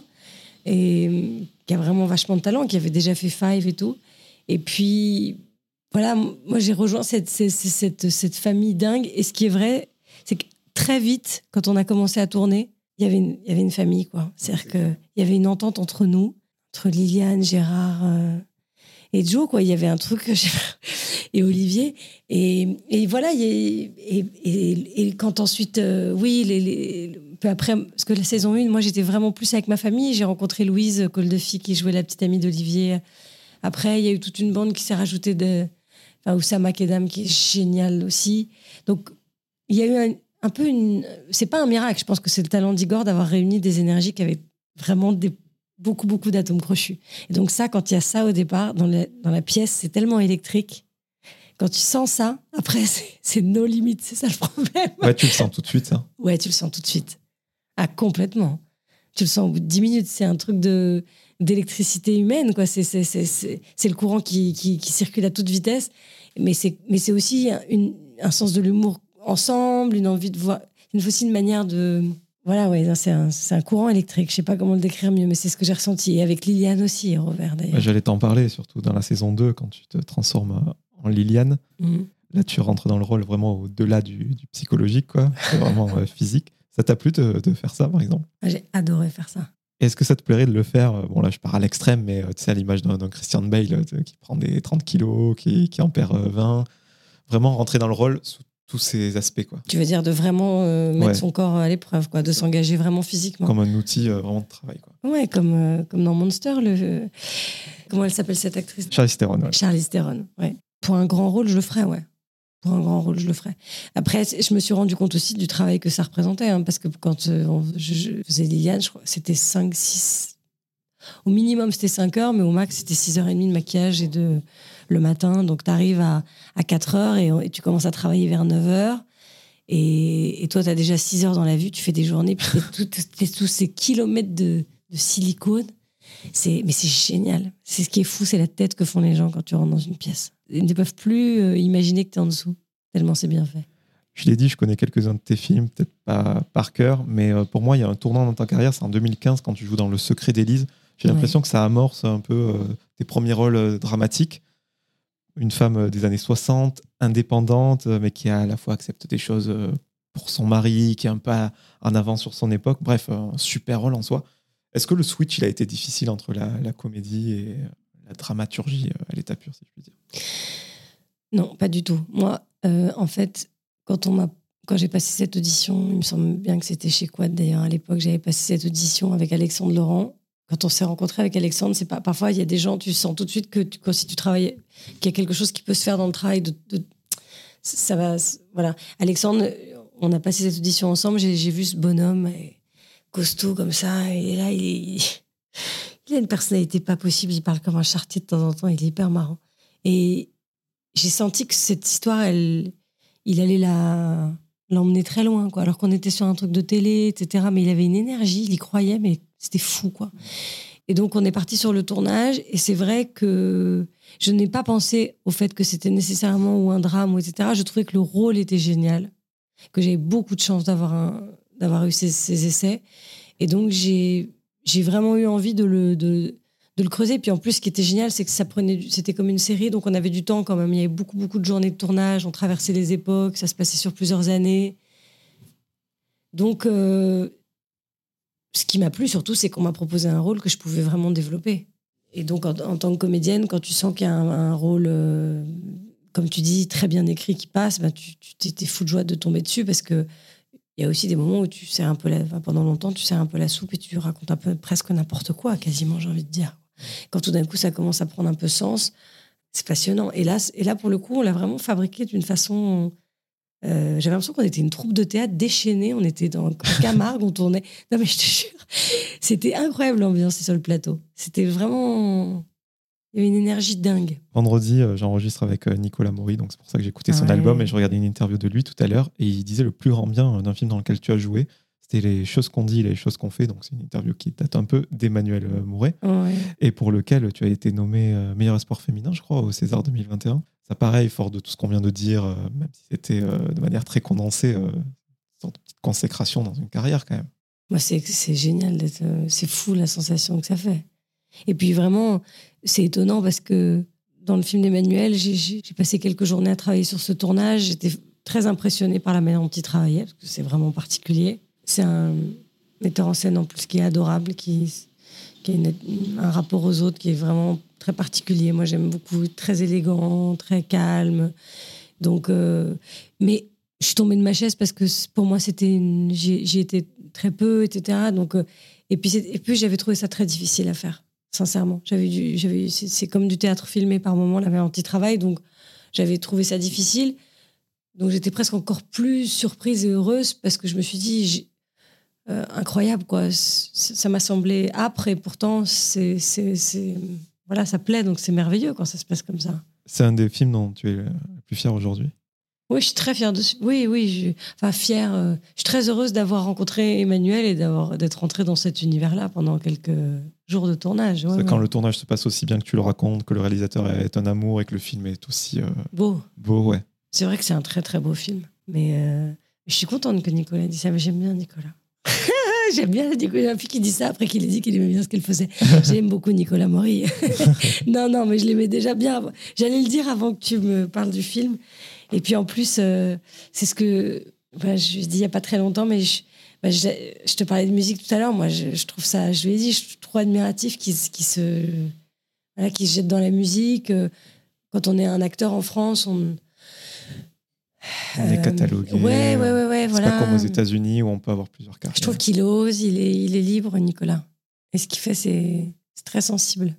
et, qui a vraiment vachement de talent, qui avait déjà fait Five et tout. Et puis, voilà, moi, j'ai rejoint cette, cette, cette, cette famille dingue. Et ce qui est vrai, c'est que très vite, quand on a commencé à tourner, il y avait une, il y avait une famille, quoi. C'est-à-dire qu'il y avait une entente entre nous, entre Liliane, Gérard euh, et Joe, quoi. Il y avait un truc, et Olivier. Et, et voilà, et, et, et, et quand ensuite, euh, oui, les, les, peu après, parce que la saison un, moi, j'étais vraiment plus avec ma famille. J'ai rencontré Louise Coldefi, qui jouait la petite amie d'Olivier. Après, il y a eu toute une bande qui s'est rajoutée de... Enfin, Oussama Kedam, qui est génial aussi. Donc, il y a eu un, un peu une... C'est pas un miracle, je pense que c'est le talent d'Igor d'avoir réuni des énergies qui avaient vraiment des, beaucoup, beaucoup d'atomes crochus. Et donc ça, quand il y a ça au départ, dans la, dans la pièce, c'est tellement électrique. Quand tu sens ça, après, c'est, c'est nos limites, c'est ça le problème. Ouais, tu le sens tout de suite, ça. Ouais, tu le sens tout de suite. Ah, complètement. Tu le sens au bout de dix minutes, c'est un truc de... d'électricité humaine, quoi. C'est, c'est, c'est, c'est, c'est le courant qui, qui, qui circule à toute vitesse. Mais c'est, mais c'est aussi une, un sens de l'humour ensemble, une envie de voir... C'est aussi une manière de... Voilà, ouais, c'est un, c'est un courant électrique. Je sais pas comment le décrire mieux, mais c'est ce que j'ai ressenti. Et avec Liliane aussi, et Robert, d'ailleurs. Ouais, j'allais t'en parler, surtout dans la saison deux, quand tu te transformes en Liliane. Mmh. Là, tu rentres dans le rôle vraiment au-delà du, du psychologique, quoi. C'est vraiment euh, physique. Ça t'a plu de, de faire ça, par exemple ? Ah, j'ai adoré faire ça. Est-ce que ça te plairait de le faire ? Bon, là, je pars à l'extrême, mais tu sais, à l'image d'un, d'un Christian Bale euh, qui prend des trente kilos, qui, qui en perd euh, vingt. Vraiment rentrer dans le rôle sous tous ces aspects, quoi. Tu veux dire de vraiment euh, mettre ouais. son corps à l'épreuve, quoi, de s'engager vraiment physiquement. Comme un outil euh, vraiment de travail, quoi. Ouais, comme, euh, comme dans Monster, le... Euh, comment elle s'appelle, cette actrice ? Charlize Theron, ouais. Charlize Theron, ouais. Pour un grand rôle, je le ferais, ouais. Pour un grand rôle, je le ferais. Après, je me suis rendu compte aussi du travail que ça représentait, hein, parce que quand euh, on, je, je faisais Liliane, je crois que c'était cinq, six... Au minimum, c'était cinq heures, mais au max, c'était six heures trente de maquillage et de, le matin. Donc, tu arrives à, à quatre heures et, et tu commences à travailler vers neuf heures. Et, et toi, tu as déjà six heures dans la vue, tu fais des journées, puis tu as tous ces kilomètres de, de silicone. C'est, mais c'est génial. C'est ce qui est fou, c'est la tête que font les gens quand tu rentres dans une pièce. Ils ne peuvent plus euh, imaginer que tu es en dessous, tellement c'est bien fait. Je l'ai dit, je connais quelques-uns de tes films, peut-être pas par cœur, mais euh, pour moi, il y a un tournant dans ta carrière, c'est en deux mille quinze, quand tu joues dans Le Secret d'Élise. J'ai l'impression ouais. que ça amorce un peu euh, tes premiers rôles euh, dramatiques. Une femme euh, des années soixante, indépendante, euh, mais qui à la fois accepte des choses euh, pour son mari, qui est un peu en avance sur son époque. Bref, un super rôle en soi. Est-ce que le switch il a été difficile entre la, la comédie et la dramaturgie euh, à l'état pur, si je puis dire ? Non, pas du tout. Moi, euh, en fait, quand, on m'a, quand j'ai passé cette audition, il me semble bien que c'était chez Quad d'ailleurs, à l'époque, j'avais passé cette audition avec Alexandre Laurent. Quand on s'est rencontré avec Alexandre, c'est pas, parfois il y a des gens, tu sens tout de suite que, tu, que si tu travailles, qu'il y a quelque chose qui peut se faire dans le travail. De, de, ça va, voilà. Alexandre, on a passé cette audition ensemble, j'ai, j'ai vu ce bonhomme et, costaud comme ça, et là, il, est, il a une personnalité pas possible, il parle comme un charretier de temps en temps, il est hyper marrant. Et j'ai senti que cette histoire, elle, il allait la, l'emmener très loin, quoi. Alors qu'on était sur un truc de télé, et cetera. Mais il avait une énergie, il y croyait, mais c'était fou, quoi. Et donc, on est parti sur le tournage, et c'est vrai que je n'ai pas pensé au fait que c'était nécessairement ou un drame, ou et cetera. Je trouvais que le rôle était génial, que j'avais beaucoup de chance d'avoir, un, d'avoir eu ces, ces essais. Et donc, j'ai, j'ai vraiment eu envie de le, de, de le creuser. Puis en plus, ce qui était génial, c'est que ça prenait, c'était comme une série, donc on avait du temps quand même. Il y avait beaucoup, beaucoup de journées de tournage, on traversait les époques, ça se passait sur plusieurs années. Donc... Euh, ce qui m'a plu surtout, c'est qu'on m'a proposé un rôle que je pouvais vraiment développer. Et donc, en, en tant que comédienne, quand tu sens qu'il y a un, un rôle, euh, comme tu dis, très bien écrit qui passe, bah, tu, tu t'es fou de joie de tomber dessus parce que il y a aussi des moments où tu sers un peu la, enfin, pendant longtemps, tu sers un peu la soupe et tu racontes un peu presque n'importe quoi, quasiment, j'ai envie de dire. Quand tout d'un coup, ça commence à prendre un peu sens, c'est passionnant. Et là, et là pour le coup, on l'a vraiment fabriqué d'une façon... Euh, j'avais l'impression qu'on était une troupe de théâtre déchaînée. On était dans Camargue, on tournait. Non, mais je te jure, c'était incroyable l'ambiance sur le plateau. C'était vraiment. Il y avait une énergie dingue. Vendredi, euh, j'enregistre avec euh, Nicolas Maury, donc c'est pour ça que j'ai écouté son ouais. album et je regardais une interview de lui tout à l'heure et il disait le plus grand bien d'un film dans lequel tu as joué, c'était les choses qu'on dit et les choses qu'on fait. Donc c'est une interview qui date un peu d'Emmanuel euh, Mouret Ouais. et pour lequel tu as été nommé euh, meilleur espoir féminin, je crois, au César deux mille vingt et un. Ça, pareil, fort de tout ce qu'on vient de dire, euh, même si c'était euh, de manière très condensée, euh, une sorte de petite consécration dans une carrière quand même. Moi, c'est, c'est génial. D'être, euh, c'est fou la sensation que ça fait. Et puis vraiment, c'est étonnant parce que dans le film d'Emmanuel, j'ai, j'ai, j'ai passé quelques journées à travailler sur ce tournage. J'étais très impressionnée par la manière dont il travaillait parce que c'est vraiment particulier. C'est un metteur en scène en plus qui est adorable, qui, qui a une, un rapport aux autres qui est vraiment très particulier. Moi, j'aime beaucoup, très élégant, très calme. Donc, euh, mais je suis tombée de ma chaise parce que pour moi, c'était une, j'y, j'y étais très peu, et cetera. Donc, euh, et puis, et puis, j'avais trouvé ça très difficile à faire, sincèrement. J'avais du, j'avais, c'est, c'est comme du théâtre filmé par moment, la même anti-travail. Donc, j'avais trouvé ça difficile. Donc, j'étais presque encore plus surprise et heureuse parce que je me suis dit, j'ai, euh, incroyable, quoi. Ça, ça m'a semblé âpre et pourtant, c'est, c'est, c'est, voilà, ça plaît. Donc, c'est merveilleux quand ça se passe comme ça. C'est un des films dont tu es le plus fière aujourd'hui? Oui, je suis très fière de ce... Oui, oui, je... enfin fière. Euh... Je suis très heureuse d'avoir rencontré Emmanuel et d'avoir... d'être rentrée dans cet univers-là pendant quelques jours de tournage. Ouais, c'est ouais. Quand le tournage se passe aussi bien que tu le racontes, que le réalisateur est un amour et que le film est aussi euh... beau. Beau, ouais. C'est vrai que c'est un très très beau film. Mais euh... je suis contente que Nicolas ait dit ça. Mais j'aime bien Nicolas. J'aime bien Nicolas, puis qui dit ça après qu'il ait dit qu'il aimait bien ce qu'il faisait. J'aime beaucoup Nicolas Maury. non, non, mais je l'aimais déjà bien. J'allais le dire avant que tu me parles du film. Et puis en plus, euh, c'est ce que bah, je dis il n'y a pas très longtemps, mais je, bah, je, je te parlais de musique tout à l'heure. Moi, je, je trouve ça, je lui ai dit, je suis trop admiratif qui, qui, se, voilà, qui se jette dans la musique. Quand on est un acteur en France, on. On est catalogué. Euh, ouais, ouais, ouais, ouais, c'est voilà. pas comme aux États-Unis où on peut avoir plusieurs carrières. Je trouve qu'il ose, il est, il est libre, Nicolas. Et ce qu'il fait, c'est, c'est très sensible.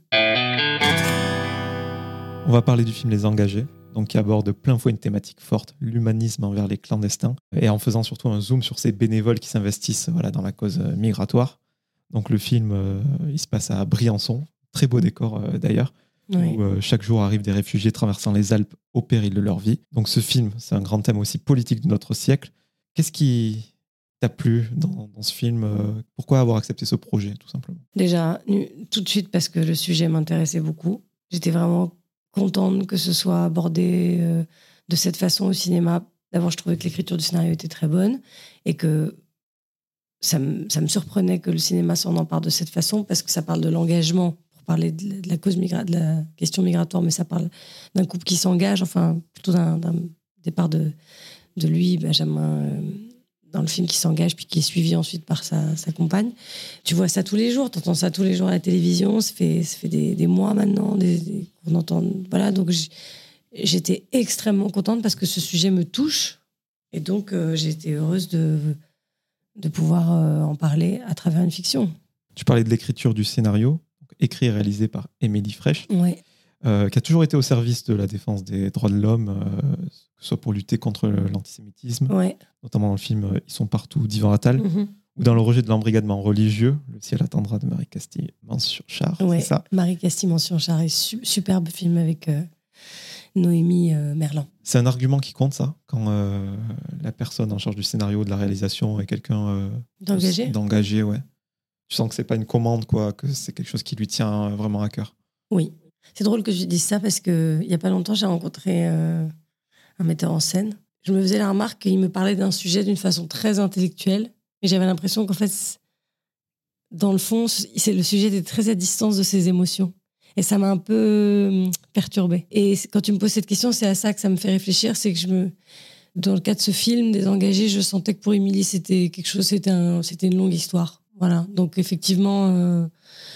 On va parler du film Les Engagés, donc qui aborde plein fouet une thématique forte, l'humanisme envers les clandestins, et en faisant surtout un zoom sur ces bénévoles qui s'investissent voilà, dans la cause migratoire. Donc le film, euh, il se passe à Briançon, très beau décor euh, d'ailleurs. Oui. Où euh, chaque jour arrivent des réfugiés traversant les Alpes au péril de leur vie. Donc ce film, c'est un grand thème aussi politique de notre siècle. Qu'est-ce qui t'a plu dans, dans ce film? Pourquoi avoir accepté ce projet, tout simplement? Déjà, tout de suite parce que le sujet m'intéressait beaucoup. J'étais vraiment contente que ce soit abordé euh, de cette façon au cinéma. D'abord, je trouvais que l'écriture du scénario était très bonne et que ça me, ça me surprenait que le cinéma s'en empare de cette façon parce que ça parle de l'engagement parler de la cause migra- de la question migratoire, mais ça parle d'un couple qui s'engage, enfin plutôt d'un, d'un départ de, de lui, Benjamin, euh, dans le film qui s'engage, puis qui est suivi ensuite par sa, sa compagne. Tu vois ça tous les jours, tu entends ça tous les jours à la télévision, ça fait, ça fait des, des mois maintenant, des, des, qu'on entend, voilà, donc j'étais extrêmement contente parce que ce sujet me touche, et donc euh, j'ai été heureuse de, de pouvoir euh, en parler à travers une fiction. Tu parlais de l'écriture du scénario, écrit et réalisé par Émilie Frèche, ouais. euh, qui a toujours été au service de la défense des droits de l'homme, euh, que ce soit pour lutter contre l'antisémitisme, ouais. notamment dans le film euh, Ils sont partout d'Yvan Attal, Mm-hmm. ou dans le rejet de l'embrigadement religieux, Le ciel attendra de Marie Castille-Mention-Char, Ouais. c'est ça. Marie Castille-Mention-Char est su- superbe film avec euh, Noémie euh, Merlan. C'est un argument qui compte, ça, quand euh, la personne en charge du scénario, de la réalisation, est quelqu'un euh, D'engagé d'engagé, ouais. Tu sens que c'est pas une commande, quoi, que c'est quelque chose qui lui tient vraiment à cœur. Oui. C'est drôle que je dise ça parce qu'il n'y a pas longtemps, j'ai rencontré euh, un metteur en scène. Je me faisais la remarque qu'il me parlait d'un sujet d'une façon très intellectuelle. Et j'avais l'impression qu'en fait, dans le fond, c'est, le sujet était très à distance de ses émotions. Et ça m'a un peu perturbée. Et quand tu me poses cette question, c'est à ça que ça me fait réfléchir. C'est que je me... Dans le cas de ce film, Désengagé, je sentais que pour Émilie, c'était quelque chose, c'était, un, c'était une longue histoire. Voilà. Donc effectivement, euh,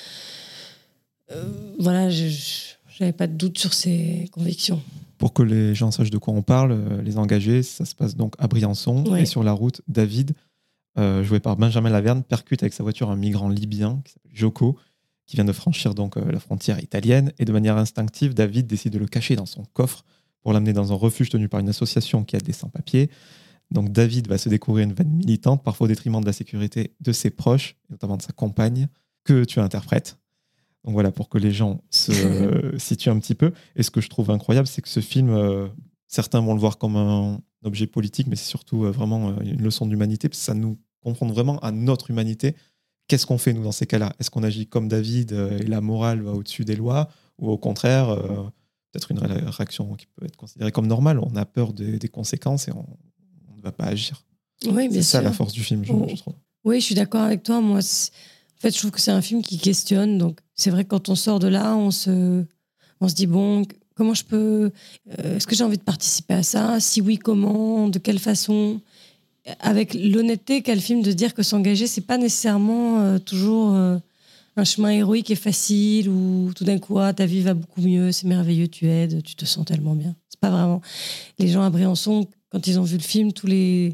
euh, voilà, je n'avais pas de doute sur ses convictions. Pour que les gens sachent de quoi on parle, euh, Les Engagés, ça se passe donc à Briançon. Ouais. Et sur la route, David, euh, joué par Benjamin Laverne, percute avec sa voiture un migrant libyen qui s'appelle Joko, qui vient de franchir donc euh, la frontière italienne. Et de manière instinctive, David décide de le cacher dans son coffre pour l'amener dans un refuge tenu par une association qui aide des sans-papiers. Donc David va se découvrir une veine militante, parfois au détriment de la sécurité de ses proches, notamment de sa compagne, que tu interprètes. Donc voilà, pour que les gens se euh, situent un petit peu. Et ce que je trouve incroyable, c'est que ce film, euh, certains vont le voir comme un objet politique, mais c'est surtout euh, vraiment euh, une leçon d'humanité, parce que ça nous confronte vraiment à notre humanité. Qu'est-ce qu'on fait, nous, dans ces cas-là ? Est-ce qu'on agit comme David euh, et la morale va au-dessus des lois ? Ou au contraire, euh, peut-être une réaction qui peut être considérée comme normale, on a peur des, des conséquences et on, on ne va pas agir. Oui, bien c'est ça sûr. la force du film, je, Oh. je trouve. Oui, je suis d'accord avec toi. Moi, c'est... en fait, je trouve que c'est un film qui questionne. Donc, c'est vrai que quand on sort de là, on se, on se dit bon, comment je peux euh, est-ce que j'ai envie de participer à ça ? Si oui, comment ? De quelle façon ? Avec l'honnêteté qu'a le film de dire que s'engager, c'est pas nécessairement euh, toujours euh, un chemin héroïque et facile où tout d'un coup, ah, ta vie va beaucoup mieux, c'est merveilleux, tu aides, tu te sens tellement bien. C'est pas vraiment. Les gens à Briançon, quand ils ont vu le film, tous les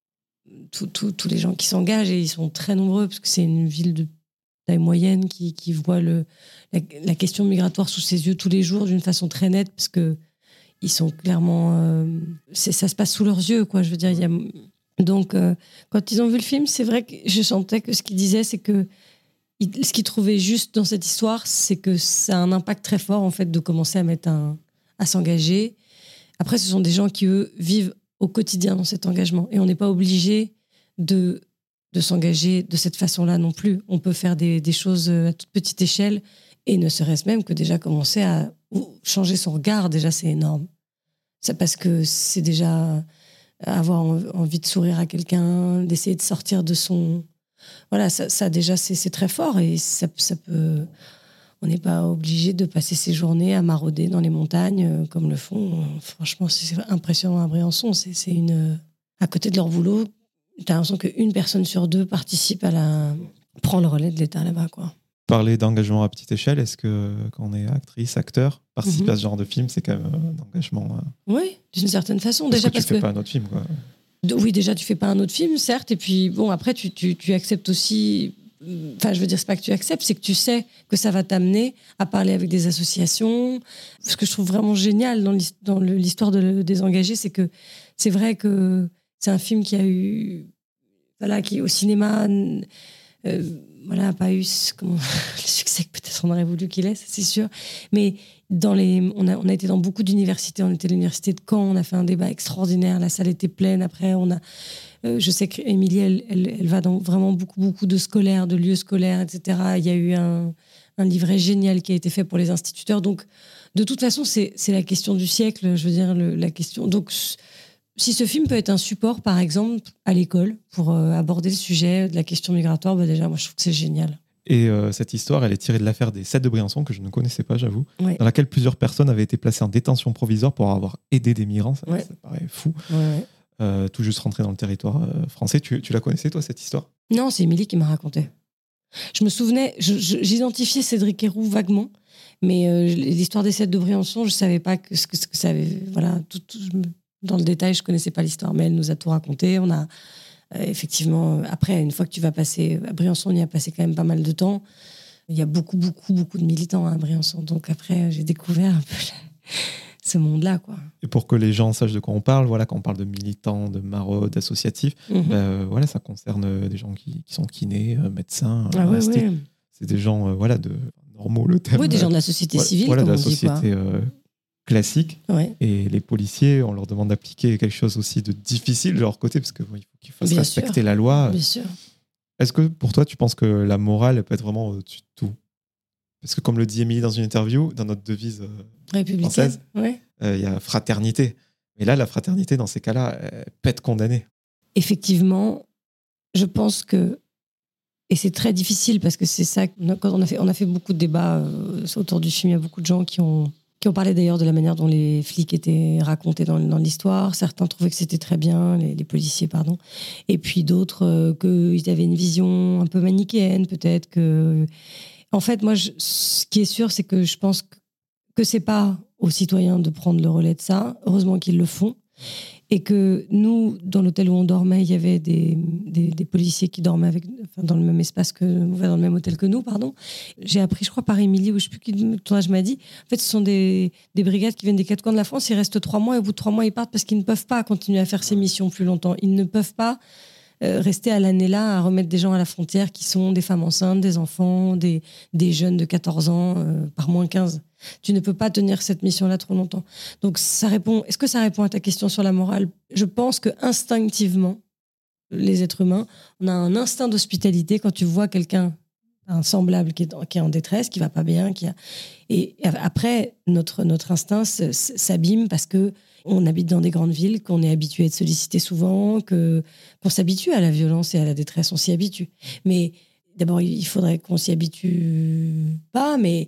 tous, tous, tous les gens qui s'engagent, et ils sont très nombreux parce que c'est une ville de taille moyenne qui, qui voit le, la, la question migratoire sous ses yeux tous les jours d'une façon très nette parce que ils sont clairement euh, c'est, ça se passe sous leurs yeux, quoi. Je veux dire, il y a donc, euh, quand ils ont vu le film, c'est vrai que je sentais que ce qu'ils disaient, c'est que il, ce qu'ils trouvaient juste dans cette histoire, c'est que ça a un impact très fort, en fait, de commencer à mettre un, à s'engager. Après, ce sont des gens qui, eux, vivent au quotidien dans cet engagement. Et on n'est pas obligé de, de s'engager de cette façon-là non plus. On peut faire des, des choses à toute petite échelle et ne serait-ce même que déjà commencer à changer son regard. Déjà, c'est énorme. C'est parce que c'est déjà... avoir envie de sourire à quelqu'un, d'essayer de sortir de son... Voilà, ça, ça déjà, c'est, c'est très fort et ça, ça peut... On n'est pas obligé de passer ses journées à marauder dans les montagnes comme le font. Franchement, c'est impressionnant à Briançon. C'est, c'est une... À côté de leur boulot, t'as l'impression qu'une personne sur deux participe à la... prend le relais de l'État là-bas, quoi. Parler d'engagement à petite échelle, est-ce que quand on est actrice, acteur, participer Mm-hmm. à ce genre de film, c'est quand même un engagement euh... Oui, d'une certaine façon. Parce déjà que parce tu fais que... pas un autre film, quoi. Oui, déjà, tu fais pas un autre film, certes. Et puis, bon, après, tu, tu, tu acceptes aussi... Enfin, je veux dire, c'est pas que tu acceptes, c'est que tu sais que ça va t'amener à parler avec des associations. Ce que je trouve vraiment génial dans l'histoire, dans le, l'histoire de Désengagé, c'est que c'est vrai que c'est un film qui a eu... Voilà, qui au cinéma... Euh, voilà, pas eu comment, le succès que peut-être on aurait voulu qu'il ait, ça, c'est sûr. Mais dans les, on, a, on a été dans beaucoup d'universités. On était à l'université de Caen, on a fait un débat extraordinaire. La salle était pleine. Après, on a, euh, je sais qu'Émilie, elle, elle, elle va dans vraiment beaucoup, beaucoup de scolaires, de lieux scolaires, et cetera. Il y a eu un, un livret génial qui a été fait pour les instituteurs. Donc, de toute façon, c'est, c'est la question du siècle. Je veux dire, le, la question. Donc, si ce film peut être un support, par exemple, à l'école, pour euh, aborder le sujet de la question migratoire, bah déjà, moi, je trouve que c'est génial. Et euh, cette histoire, elle est tirée de l'affaire des sept de Briançon, que je ne connaissais pas, j'avoue, Ouais. dans laquelle plusieurs personnes avaient été placées en détention provisoire pour avoir aidé des migrants. Ça, ouais. ça paraît fou. Ouais, ouais. Euh, tout juste rentré dans le territoire euh, français. Tu, tu la connaissais, toi, cette histoire ? Non, c'est Émilie qui m'a raconté. Je me souvenais, je, je, j'identifiais Cédric Héroux vaguement, mais euh, l'histoire des sept de Briançon, je ne savais pas que, ce, que, ce que ça avait... Voilà, tout, tout, je me... Dans le détail, je ne connaissais pas l'histoire, mais elle nous a tout raconté. On a euh, effectivement, après, une fois que tu vas passer à Briançon, on y a passé quand même pas mal de temps. Il y a beaucoup, beaucoup, beaucoup de militants à Briançon. Donc après, j'ai découvert un peu la... ce monde-là, quoi. Et pour que les gens sachent de quoi on parle, voilà, quand on parle de militants, de maraudes, d'associatifs, mmh. ben, euh, voilà, ça concerne des gens qui, qui sont kinés, euh, médecins, ah, oui, oui. C'est des gens, euh, voilà, de normaux, le terme. Oui, des gens de la société civile, voilà, comme de la on dit, société euh, classique. Ouais. Et les policiers, on leur demande d'appliquer quelque chose aussi de difficile de leur côté, parce qu'il bon, faut qu'ils fassent Bien respecter sûr. la loi. Bien sûr. Est-ce que pour toi, tu penses que la morale elle peut être vraiment au-dessus de tout? Parce que comme le dit Émilie dans une interview, dans notre devise euh, républicaine, française, il ouais. euh, y a fraternité. Mais là, la fraternité, dans ces cas-là, elle peut être condamnée. Effectivement, je pense que, et c'est très difficile parce que c'est ça, quand on a fait, on a fait beaucoup de débats euh, autour du film, il y a beaucoup de gens qui ont, qui ont parlé d'ailleurs de la manière dont les flics étaient racontés dans, dans l'histoire. Certains trouvaient que c'était très bien, les, les policiers, pardon. Et puis d'autres, euh, qu'ils avaient une vision un peu manichéenne, peut-être que... En fait, moi, je, ce qui est sûr, c'est que je pense que, que c'est pas aux citoyens de prendre le relais de ça. Heureusement qu'ils le font. Et que nous, dans l'hôtel où on dormait, il y avait des, des, des policiers qui dormaient avec, enfin, dans le même espace que, dans le même hôtel que nous, pardon. J'ai appris, je crois, par Émilie, ou je ne sais plus qui le tournage m'a dit. En fait, ce sont des, des brigades qui viennent des quatre coins de la France. Ils restent trois mois et au bout de trois mois, ils partent parce qu'ils ne peuvent pas continuer à faire ces missions plus longtemps. Ils ne peuvent pas Euh, rester à l'année là à remettre des gens à la frontière qui sont des femmes enceintes, des enfants, des, des jeunes de quatorze ans, euh, par moins quinze. Tu ne peux pas tenir cette mission-là trop longtemps. Donc, ça répond, est-ce que ça répond à ta question sur la morale? Je pense que instinctivement, les êtres humains, on a un instinct d'hospitalité quand tu vois quelqu'un, un semblable qui est, en, qui est en détresse, qui va pas bien, qui a... et après, notre, notre instinct s'abîme parce que on habite dans des grandes villes, qu'on est habitué à être sollicité souvent, que, qu'on s'habitue à la violence et à la détresse, on s'y habitue. Mais d'abord, il faudrait qu'on s'y habitue pas, mais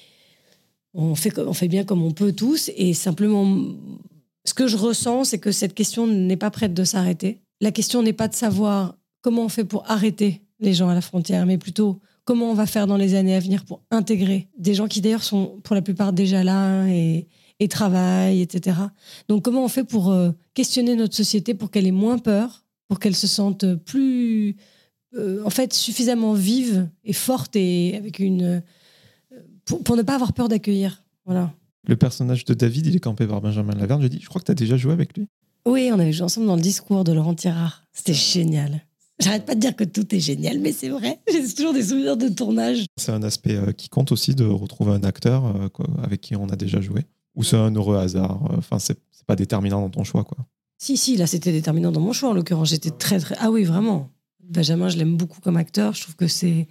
on fait, on fait bien comme on peut tous. Et simplement, ce que je ressens, c'est que cette question n'est pas prête de s'arrêter. La question n'est pas de savoir comment on fait pour arrêter les gens à la frontière, mais plutôt comment on va faire dans les années à venir pour intégrer des gens qui d'ailleurs sont pour la plupart déjà là et... et travail, et cetera. Donc, comment on fait pour euh, questionner notre société pour qu'elle ait moins peur, pour qu'elle se sente plus, euh, en fait, suffisamment vive et forte et avec une... Euh, pour, pour ne pas avoir peur d'accueillir. Voilà. Le personnage de David, il est campé par Benjamin Laverne. Je dis, je crois que tu as déjà joué avec lui. Oui, on avait joué ensemble dans le discours de Laurent Tirard. C'était génial. J'arrête pas de dire que tout est génial, mais c'est vrai. J'ai toujours des souvenirs de tournage. C'est un aspect euh, qui compte aussi de retrouver un acteur euh, quoi, avec qui on a déjà joué. Ou c'est un heureux hasard? Enfin, c'est, c'est pas déterminant dans ton choix, quoi. Si, si, là, c'était déterminant dans mon choix, en l'occurrence. J'étais très, très... Ah oui, vraiment. Benjamin, je l'aime beaucoup comme acteur. Je trouve que c'est...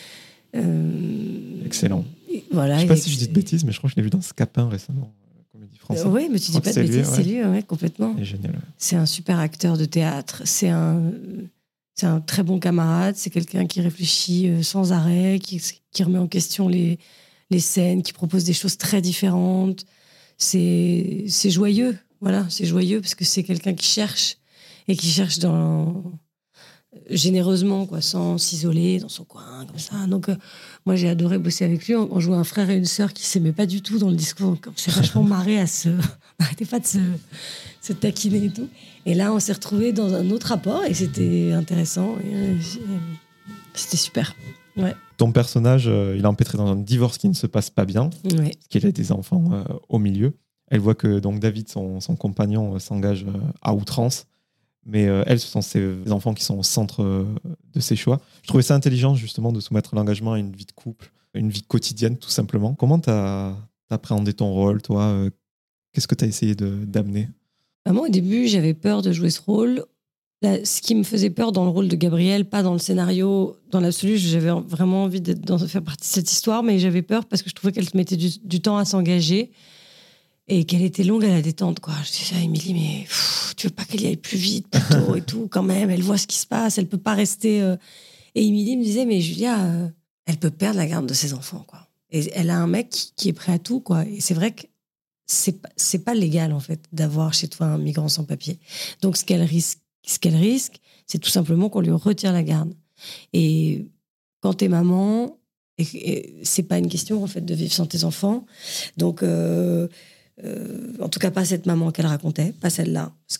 Euh... Excellent. Voilà, je sais pas est... si je dis de bêtises, mais je crois que je l'ai vu dans Scapin récemment, la comédie française. Euh, oui, mais tu dis pas de bêtises, c'est lui, ouais. c'est lui ouais, complètement. C'est génial. Ouais. C'est un super acteur de théâtre. C'est un... C'est un très bon camarade. C'est quelqu'un qui réfléchit sans arrêt, qui, qui remet en question les, les scènes, qui propose des choses très différentes. C'est, c'est joyeux, voilà, c'est joyeux parce que c'est quelqu'un qui cherche et qui cherche dans, généreusement, quoi, sans s'isoler dans son coin, comme ça. Donc, euh, moi, j'ai adoré bosser avec lui. On, on jouait un frère et une sœur qui s'aimaient pas du tout dans le discours. On s'est vachement marré à se... On n'arrêtait pas de se, se taquiner et tout. Et là, on s'est retrouvés dans un autre rapport et c'était intéressant. Et, euh, c'était super. Ouais. Ton personnage, euh, il est empêtré dans un divorce qui ne se passe pas bien, ouais. parce qu'il a des enfants euh, au milieu. Elle voit que donc David, son, son compagnon, euh, s'engage euh, à outrance, mais euh, elle, ce sont ses enfants qui sont au centre euh, de ses choix. Je trouvais ça intelligent, justement, de soumettre l'engagement à une vie de couple, une vie quotidienne, tout simplement. Comment tu as appréhendé ton rôle, toi euh, Qu'est-ce que tu as essayé de, d'amener? bah Moi, au début, j'avais peur de jouer ce rôle. Là, ce qui me faisait peur dans le rôle de Gabrielle, pas dans le scénario, dans l'absolu, j'avais vraiment envie de, de faire partie de cette histoire, mais j'avais peur parce que je trouvais qu'elle mettait du, du temps à s'engager et qu'elle était longue à la détente, quoi. Je disais à Émilie, mais pff, tu veux pas qu'elle y aille plus vite, plus tôt et tout, quand même, elle voit ce qui se passe, elle peut pas rester... Euh... Et Émilie me disait, mais Julia, euh, elle peut perdre la garde de ses enfants, quoi. Et elle a un mec qui, qui est prêt à tout, quoi. Et c'est vrai que c'est, c'est pas légal, en fait, d'avoir chez toi un migrant sans papier. Donc, ce qu'elle risque, Ce qu'elle risque, c'est tout simplement qu'on lui retire la garde. Et quand t'es maman, et, et c'est pas une question en fait de vivre sans tes enfants. Donc, euh, euh, en tout cas, pas cette maman qu'elle racontait, pas celle-là, parce que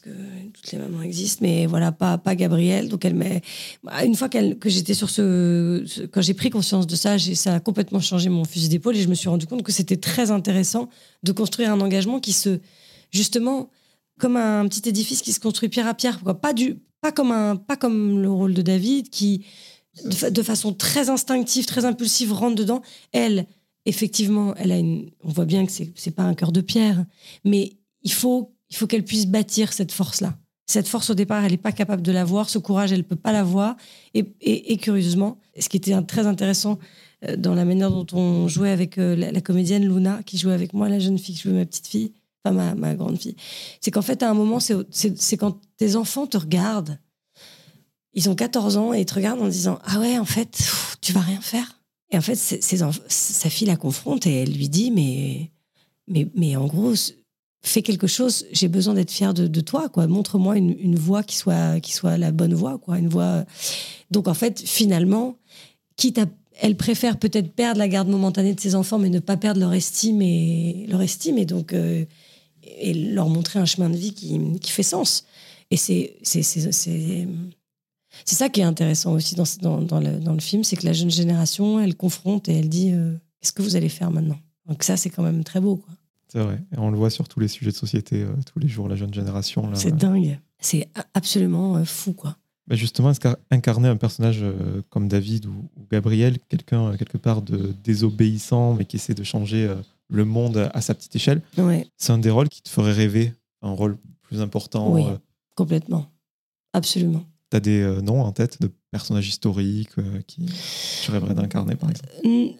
toutes les mamans existent, mais voilà, pas, pas Gabrielle. Donc, elle met... Une fois qu'elle, que j'étais sur ce, ce... Quand j'ai pris conscience de ça, j'ai, ça a complètement changé mon fusil d'épaule et je me suis rendu compte que c'était très intéressant de construire un engagement qui se... Justement, comme un petit édifice qui se construit pierre à pierre. Quoi. Pas, du, pas, comme un, pas comme le rôle de David qui, de, de façon très instinctive, très impulsive, rentre dedans. Elle, effectivement, elle a une... On voit bien que c'est, c'est pas un cœur de pierre, mais il faut... Il faut qu'elle puisse bâtir cette force-là. Cette force, au départ, elle n'est pas capable de l'avoir. Ce courage, elle ne peut pas l'avoir. Et, et, et curieusement, ce qui était très intéressant euh, dans la manière dont on jouait avec euh, la, la comédienne Luna, qui jouait avec moi, la jeune fille qui jouait ma petite fille, enfin ma, ma grande fille, c'est qu'en fait, à un moment, c'est, c'est, c'est quand tes enfants te regardent, ils ont quatorze ans et ils te regardent en disant « Ah ouais, en fait, pff, tu vas rien faire ». Et en fait, c'est, c'est, sa fille la confronte et elle lui dit « Mais, mais, mais en gros... » fais quelque chose, j'ai besoin d'être fière de, de toi, quoi. Montre-moi une, une voie qui soit, qui soit la bonne voie, quoi. Une voie... Donc, en fait, finalement, quitte à... Elle préfère peut-être perdre la garde momentanée de ses enfants, mais ne pas perdre leur estime et, leur estime, et donc euh, et leur montrer un chemin de vie qui, qui fait sens. Et c'est, c'est, c'est, c'est, c'est ça qui est intéressant aussi dans, dans, dans, le, dans le film, c'est que la jeune génération, elle confronte et elle dit euh, « Qu'est-ce que vous allez faire maintenant ?» Donc ça, c'est quand même très beau, quoi. C'est vrai. Et on le voit sur tous les sujets de société, euh, tous les jours, la jeune génération. Là, c'est là. dingue. C'est absolument euh, fou, quoi. Mais justement, incarner un personnage euh, comme David ou, ou Gabriel, quelqu'un, euh, quelque part, de désobéissant, mais qui essaie de changer euh, le monde à sa petite échelle, ouais. C'est un des rôles qui te ferait rêver, un rôle plus important. Oui, euh... complètement. Absolument. Tu as des euh, noms en tête de personnages historiques euh, qui tu rêverais d'incarner, par exemple euh...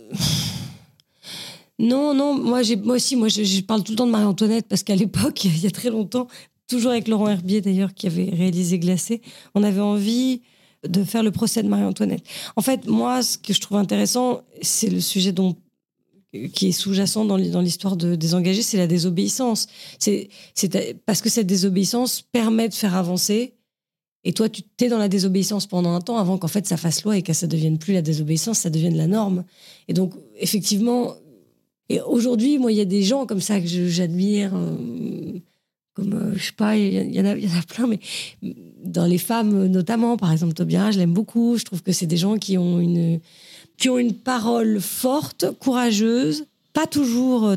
Non, non, moi, j'ai, moi aussi, moi, je, je parle tout le temps de Marie-Antoinette parce qu'à l'époque, il y a très longtemps, toujours avec Laurent Herbier d'ailleurs, qui avait réalisé Glacé, on avait envie de faire le procès de Marie-Antoinette. En fait, moi, ce que je trouve intéressant, c'est le sujet dont, qui est sous-jacent dans, dans l'histoire de, des engagés, c'est la désobéissance. C'est, c'est parce que cette désobéissance permet de faire avancer. Et toi, tu t'es dans la désobéissance pendant un temps avant qu'en fait ça fasse loi et que ça ne devienne plus la désobéissance, ça devienne la norme. Et donc, effectivement... Et aujourd'hui, moi, il y a des gens comme ça que je, j'admire, euh, comme, euh, je sais pas, il y, y, en a, y en a plein, mais dans les femmes notamment, par exemple, Taubira, je l'aime beaucoup. Je trouve que c'est des gens qui ont une, qui ont une parole forte, courageuse, pas toujours,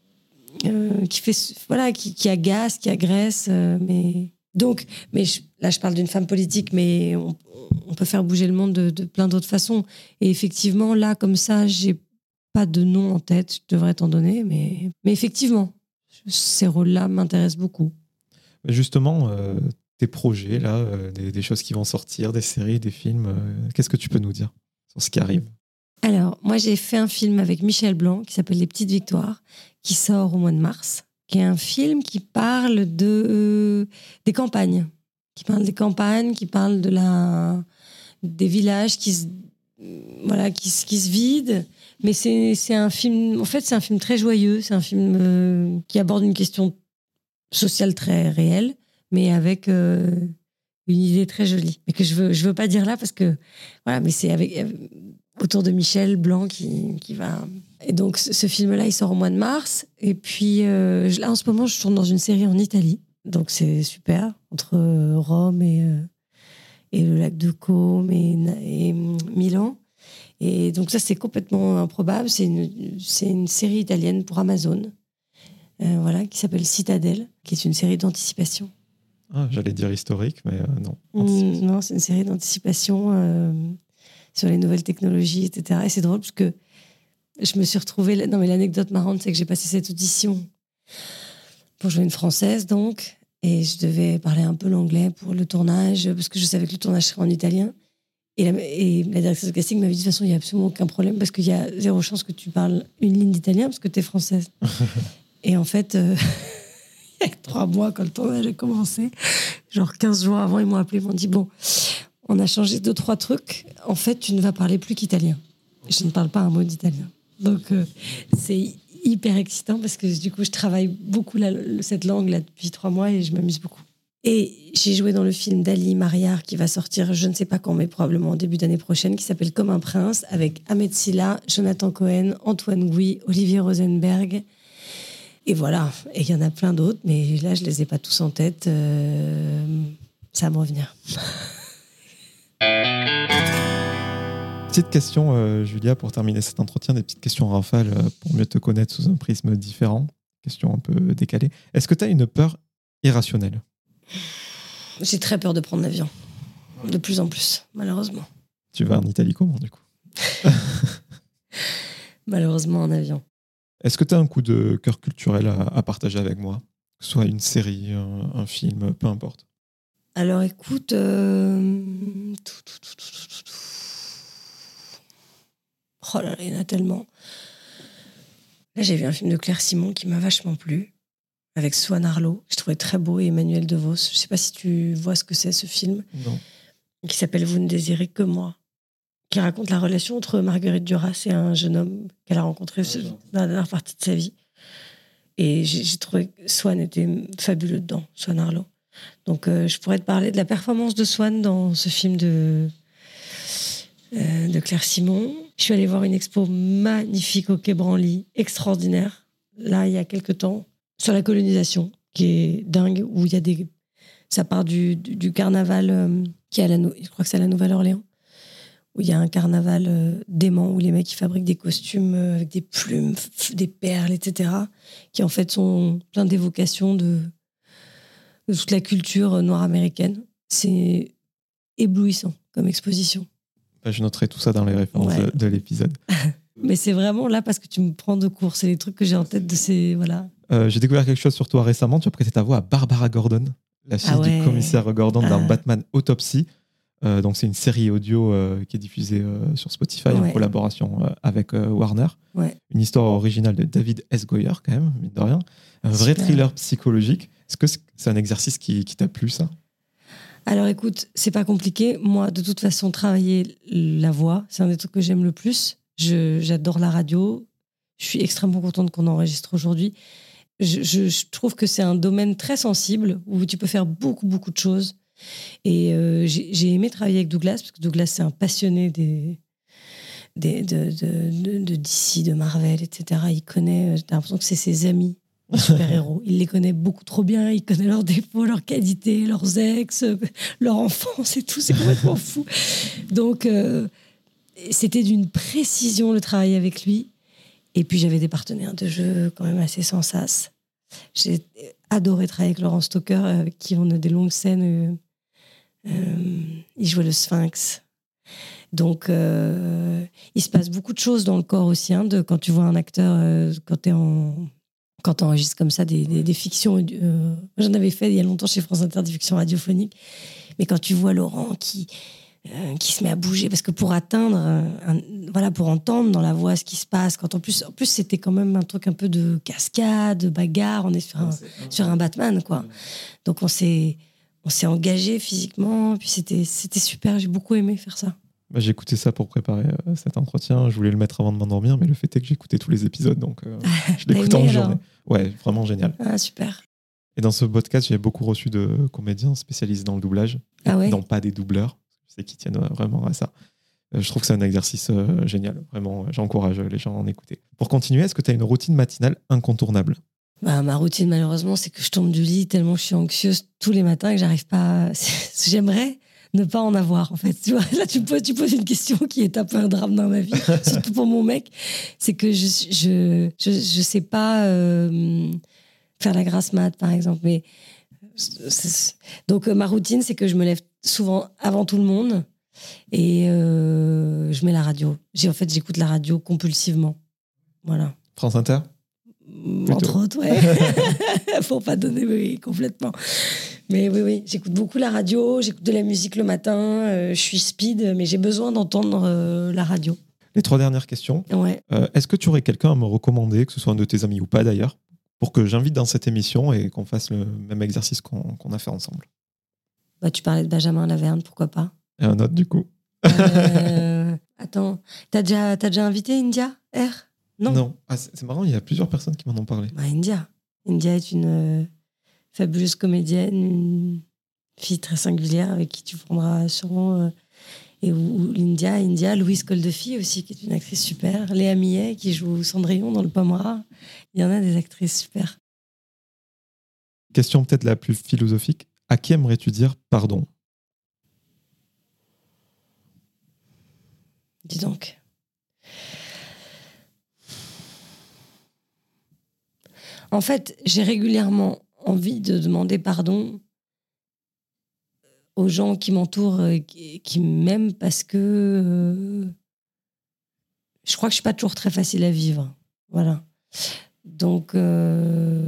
euh, qui fait, voilà, qui, qui agace, qui agresse, euh, mais... Donc, mais je, là, je parle d'une femme politique, mais on, on peut faire bouger le monde de, de plein d'autres façons. Et effectivement, là, comme ça, j'ai pas de nom en tête, je devrais t'en donner, mais, mais effectivement, ces rôles-là m'intéressent beaucoup. Justement, euh, tes projets, là, euh, des, des choses qui vont sortir, des séries, des films, euh, qu'est-ce que tu peux nous dire sur ce qui arrive ? Alors, moi, j'ai fait un film avec Michel Blanc qui s'appelle Les Petites Victoires, qui sort au mois de mars, qui est un film qui parle de, euh, des campagnes, qui parle des campagnes, qui parle de la, des villages qui se, voilà, qui, qui se vident. Mais c'est, c'est un film, en fait, c'est un film très joyeux. C'est un film euh, qui aborde une question sociale très réelle, mais avec euh, une idée très jolie. Mais que je veux, je veux pas dire là parce que, voilà, mais c'est avec, euh, autour de Michel Blanc qui, qui va. Et donc, ce, ce film-là, il sort au mois de mars. Et puis, euh, là, en ce moment, je tourne dans une série en Italie. Donc, c'est super, entre euh, Rome et, euh, et le lac de Côme et, et Milan. Et donc ça, c'est complètement improbable. C'est une, c'est une série italienne pour Amazon, euh, voilà, qui s'appelle Citadelle, qui est une série d'anticipation. Ah, j'allais dire historique, mais euh, non. Mmh, non, c'est une série d'anticipation euh, sur les nouvelles technologies, et cetera. Et c'est drôle parce que je me suis retrouvée... Non, mais l'anecdote marrante, c'est que j'ai passé cette audition pour jouer une Française, donc, et je devais parler un peu l'anglais pour le tournage, parce que je savais que le tournage serait en italien. Et la, et la directrice de casting m'avait dit, de toute façon, il n'y a absolument aucun problème parce qu'il y a zéro chance que tu parles une ligne d'italien parce que tu es française. Et en fait, euh, il y a trois mois, quand le tournage a commencé, genre quinze jours avant, ils m'ont appelé, ils m'ont dit, bon, on a changé deux, trois trucs. En fait, tu ne vas parler plus qu'italien. Je ne parle pas un mot d'italien. Donc, euh, c'est hyper excitant parce que du coup, je travaille beaucoup la, cette langue là depuis trois mois et je m'amuse beaucoup. Et j'ai joué dans le film d'Ali Mariar qui va sortir, je ne sais pas quand, mais probablement au début d'année prochaine, qui s'appelle Comme un prince, avec Ahmed Silla, Jonathan Cohen, Antoine Gouy, Olivier Rosenberg, Et voilà. Et il y en a plein d'autres, mais là, je les ai pas tous en tête. Euh, ça va me revenir. Petite question, euh, Julia, pour terminer cet entretien, des petites questions rafales euh, pour mieux te connaître sous un prisme différent. Question un peu décalée. Est-ce que tu as une peur irrationnelle ? J'ai très peur de prendre l'avion. De plus en plus, malheureusement. Tu vas en Italie comment, du coup ? Malheureusement, en avion. Est-ce que tu as un coup de cœur culturel à, à partager avec moi ? Que ce soit une série, un, un film, peu importe. Alors, écoute... Euh... Tout, tout, tout, tout, tout, tout. Oh là là, il y en a tellement. Là, j'ai vu un film de Claire Simon qui m'a vachement plu, avec Swan Arlo. Je trouvais très beau, et Emmanuel DeVos. Je ne sais pas si tu vois ce que c'est, ce film. Non. Qui s'appelle Vous ne désirez que moi. Qui raconte la relation entre Marguerite Duras et un jeune homme qu'elle a rencontré Ah, dans la dernière partie de sa vie. Et j'ai, j'ai trouvé que Swan était fabuleux dedans, Swan Arlo. Donc, euh, je pourrais te parler de la performance de Swan dans ce film de... Euh, de Claire Simon. Je suis allée voir une expo magnifique au Quai Branly, extraordinaire, là, il y a quelques temps, sur la colonisation, qui est dingue, où il y a des... Ça part du, du, du carnaval euh, qui est à la... Je crois que c'est à la Nouvelle-Orléans, où il y a un carnaval euh, dément, où les mecs ils fabriquent des costumes euh, avec des plumes, f- des perles, et cetera, qui en fait sont plein d'évocations de, de toute la culture noire américaine. C'est éblouissant comme exposition. Je noterai tout ça dans les références Ouais. de, de l'épisode. Mais c'est vraiment là parce que tu me prends de court. C'est les trucs que j'ai en tête de ces... Voilà. Euh, j'ai découvert quelque chose sur toi récemment. Tu as prêté ta voix à Barbara Gordon, la fille Ah ouais. du commissaire Gordon dans Ah. Batman Autopsy. Euh, donc c'est une série audio euh, qui est diffusée euh, sur Spotify en Ouais. collaboration euh, avec euh, Warner. Ouais. Une histoire originale de David S. Goyer, quand même, mine de rien. Un vrai Super. thriller psychologique. Est-ce que c'est un exercice qui, qui t'a plu, ça ? Alors écoute, c'est pas compliqué. Moi, de toute façon, travailler la voix, c'est un des trucs que j'aime le plus. Je, j'adore la radio. Je suis extrêmement contente qu'on enregistre aujourd'hui. Je, je, je trouve que c'est un domaine très sensible où tu peux faire beaucoup, beaucoup de choses. Et euh, j'ai, j'ai aimé travailler avec Douglas, parce que Douglas, c'est un passionné des, des, de, de, de, de D C, de Marvel, et cetera. Il connaît, j'ai l'impression que c'est ses amis, les super-héros. Il les connaît beaucoup trop bien. Il connaît leurs défauts, leurs qualités, leurs ex, leur enfance et tout. C'est complètement fou. Donc, euh, c'était d'une précision le travail avec lui. Et puis, j'avais des partenaires de jeu quand même assez sans sas. J'ai adoré travailler avec Laurent Stoker, avec qui on a des longues scènes. Euh, euh, il jouait le Sphinx. Donc, euh, il se passe beaucoup de choses dans le corps aussi. Hein, de, quand tu vois un acteur, euh, quand tu es en... Quand tu enregistres comme ça des, des, des fictions, euh, j'en avais fait il y a longtemps chez France Inter, des fictions radiophoniques, mais quand tu vois Laurent qui, euh, qui se met à bouger, parce que pour atteindre, un, voilà, pour entendre dans la voix ce qui se passe, quand en plus, en plus c'était quand même un truc un peu de cascade, de bagarre, on est sur un, sur un Batman, quoi. Donc on s'est, on s'est engagé physiquement, puis c'était, c'était super, j'ai beaucoup aimé faire ça. Bah, j'ai écouté ça pour préparer euh, cet entretien. Je voulais le mettre avant de m'endormir, mais le fait est que j'ai écouté tous les épisodes, donc euh, je l'écoute en journée. Ouais, vraiment génial. Ah, super. Et dans ce podcast, j'ai beaucoup reçu de comédiens spécialisés dans le doublage, ah ouais. non pas des doubleurs, je sais qu'ils tiennent vraiment à ça. Euh, je trouve que c'est un exercice euh, génial. Vraiment, j'encourage les gens à en écouter. Pour continuer, est-ce que tu as une routine matinale incontournable ? Bah, ma routine, malheureusement, c'est que je tombe du lit tellement je suis anxieuse tous les matins et que j'arrive pas... À... J'aimerais ne pas en avoir, en fait. Tu vois, là, tu poses, tu poses une question qui est un peu un drame dans ma vie, surtout pour mon mec. C'est que je je, je, je sais pas euh, faire la grasse mat, par exemple. Mais... C'est... Donc, euh, ma routine, c'est que je me lève souvent avant tout le monde et euh, je mets la radio. J'ai, en fait, j'écoute la radio compulsivement. Voilà. France Inter ? Plutôt. Entre autres, ouais. Faut pas donner, oui, complètement. Mais oui, oui, j'écoute beaucoup la radio, j'écoute de la musique le matin, euh, je suis speed, mais j'ai besoin d'entendre euh, la radio. Les trois dernières questions. Ouais. Euh, est-ce que tu aurais quelqu'un à me recommander, que ce soit un de tes amis ou pas d'ailleurs, pour que j'invite dans cette émission et qu'on fasse le même exercice qu'on, qu'on a fait ensemble ? Bah, tu parlais de Benjamin Laverne, pourquoi pas ? Et un autre du coup. euh, attends, t'as déjà, t'as déjà invité India R ? Non. Non. Ah, c'est, c'est marrant, il y a plusieurs personnes qui m'en ont parlé. Bah, India. India est une euh, fabuleuse comédienne, une fille très singulière avec qui tu prendras sûrement euh, Et ou l'India, India, Louise Coldefi aussi, qui est une actrice super. Léa Millet, qui joue Cendrillon dans Le Pomme Rare. Il y en a des actrices super. Question peut-être la plus philosophique. À qui aimerais-tu dire pardon ? Dis donc. En fait, j'ai régulièrement envie de demander pardon aux gens qui m'entourent, qui, qui m'aiment, parce que euh, je crois que je suis pas toujours très facile à vivre. Voilà. Donc, euh,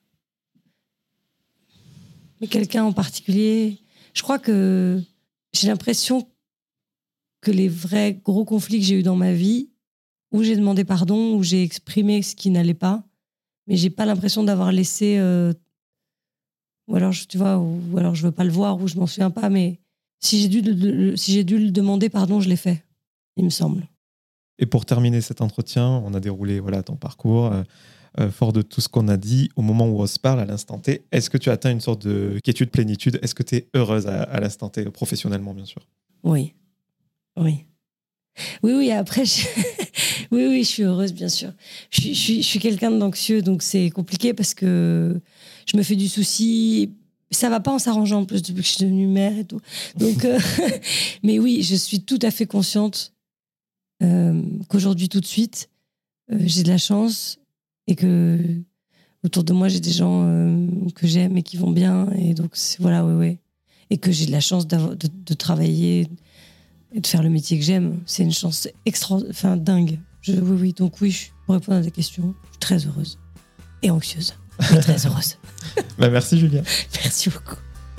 mais quelqu'un en particulier, je crois que j'ai l'impression que les vrais gros conflits que j'ai eus dans ma vie, où j'ai demandé pardon, où j'ai exprimé ce qui n'allait pas, mais j'ai pas l'impression d'avoir laissé euh, ou alors tu vois ou, ou alors je veux pas le voir ou je m'en souviens pas, mais si j'ai dû le, le, si j'ai dû le demander pardon, je l'ai fait, il me semble. Et pour terminer cet entretien, on a déroulé voilà ton parcours euh, euh, fort de tout ce qu'on a dit. Au moment où on se parle à l'instant T, est-ce que tu atteins une sorte de quiétude, plénitude ? Est-ce que tu es heureuse à, à l'instant T, professionnellement bien sûr ? Oui. Oui. Oui, oui, après, je... oui, oui, je suis heureuse, bien sûr. Je, je, je, je suis quelqu'un d'anxieux, donc c'est compliqué parce que je me fais du souci. Ça va pas en s'arrangeant, en plus, depuis que je suis devenue mère et tout. Donc, euh... mais oui, je suis tout à fait consciente euh, qu'aujourd'hui, tout de suite, euh, j'ai de la chance et que autour de moi, j'ai des gens euh, que j'aime et qui vont bien. Et donc, c'est, voilà, oui, oui. Et que j'ai de la chance de, de travailler et de faire le métier que j'aime. C'est une chance extra, enfin dingue. Je, oui, oui. Donc oui, je, pour répondre à ta question, je suis très heureuse et anxieuse, mais très heureuse. Bah merci Julia. Merci beaucoup.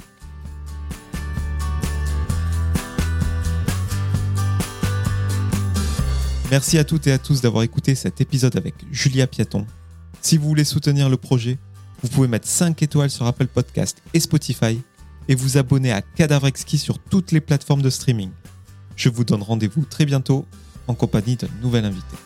Merci à toutes et à tous d'avoir écouté cet épisode avec Julia Piaton. Si vous voulez soutenir le projet, vous pouvez mettre cinq étoiles sur Apple Podcast et Spotify et vous abonner à Cadavre Exquis sur toutes les plateformes de streaming. Je vous donne rendez-vous très bientôt en compagnie d'un nouvel invité.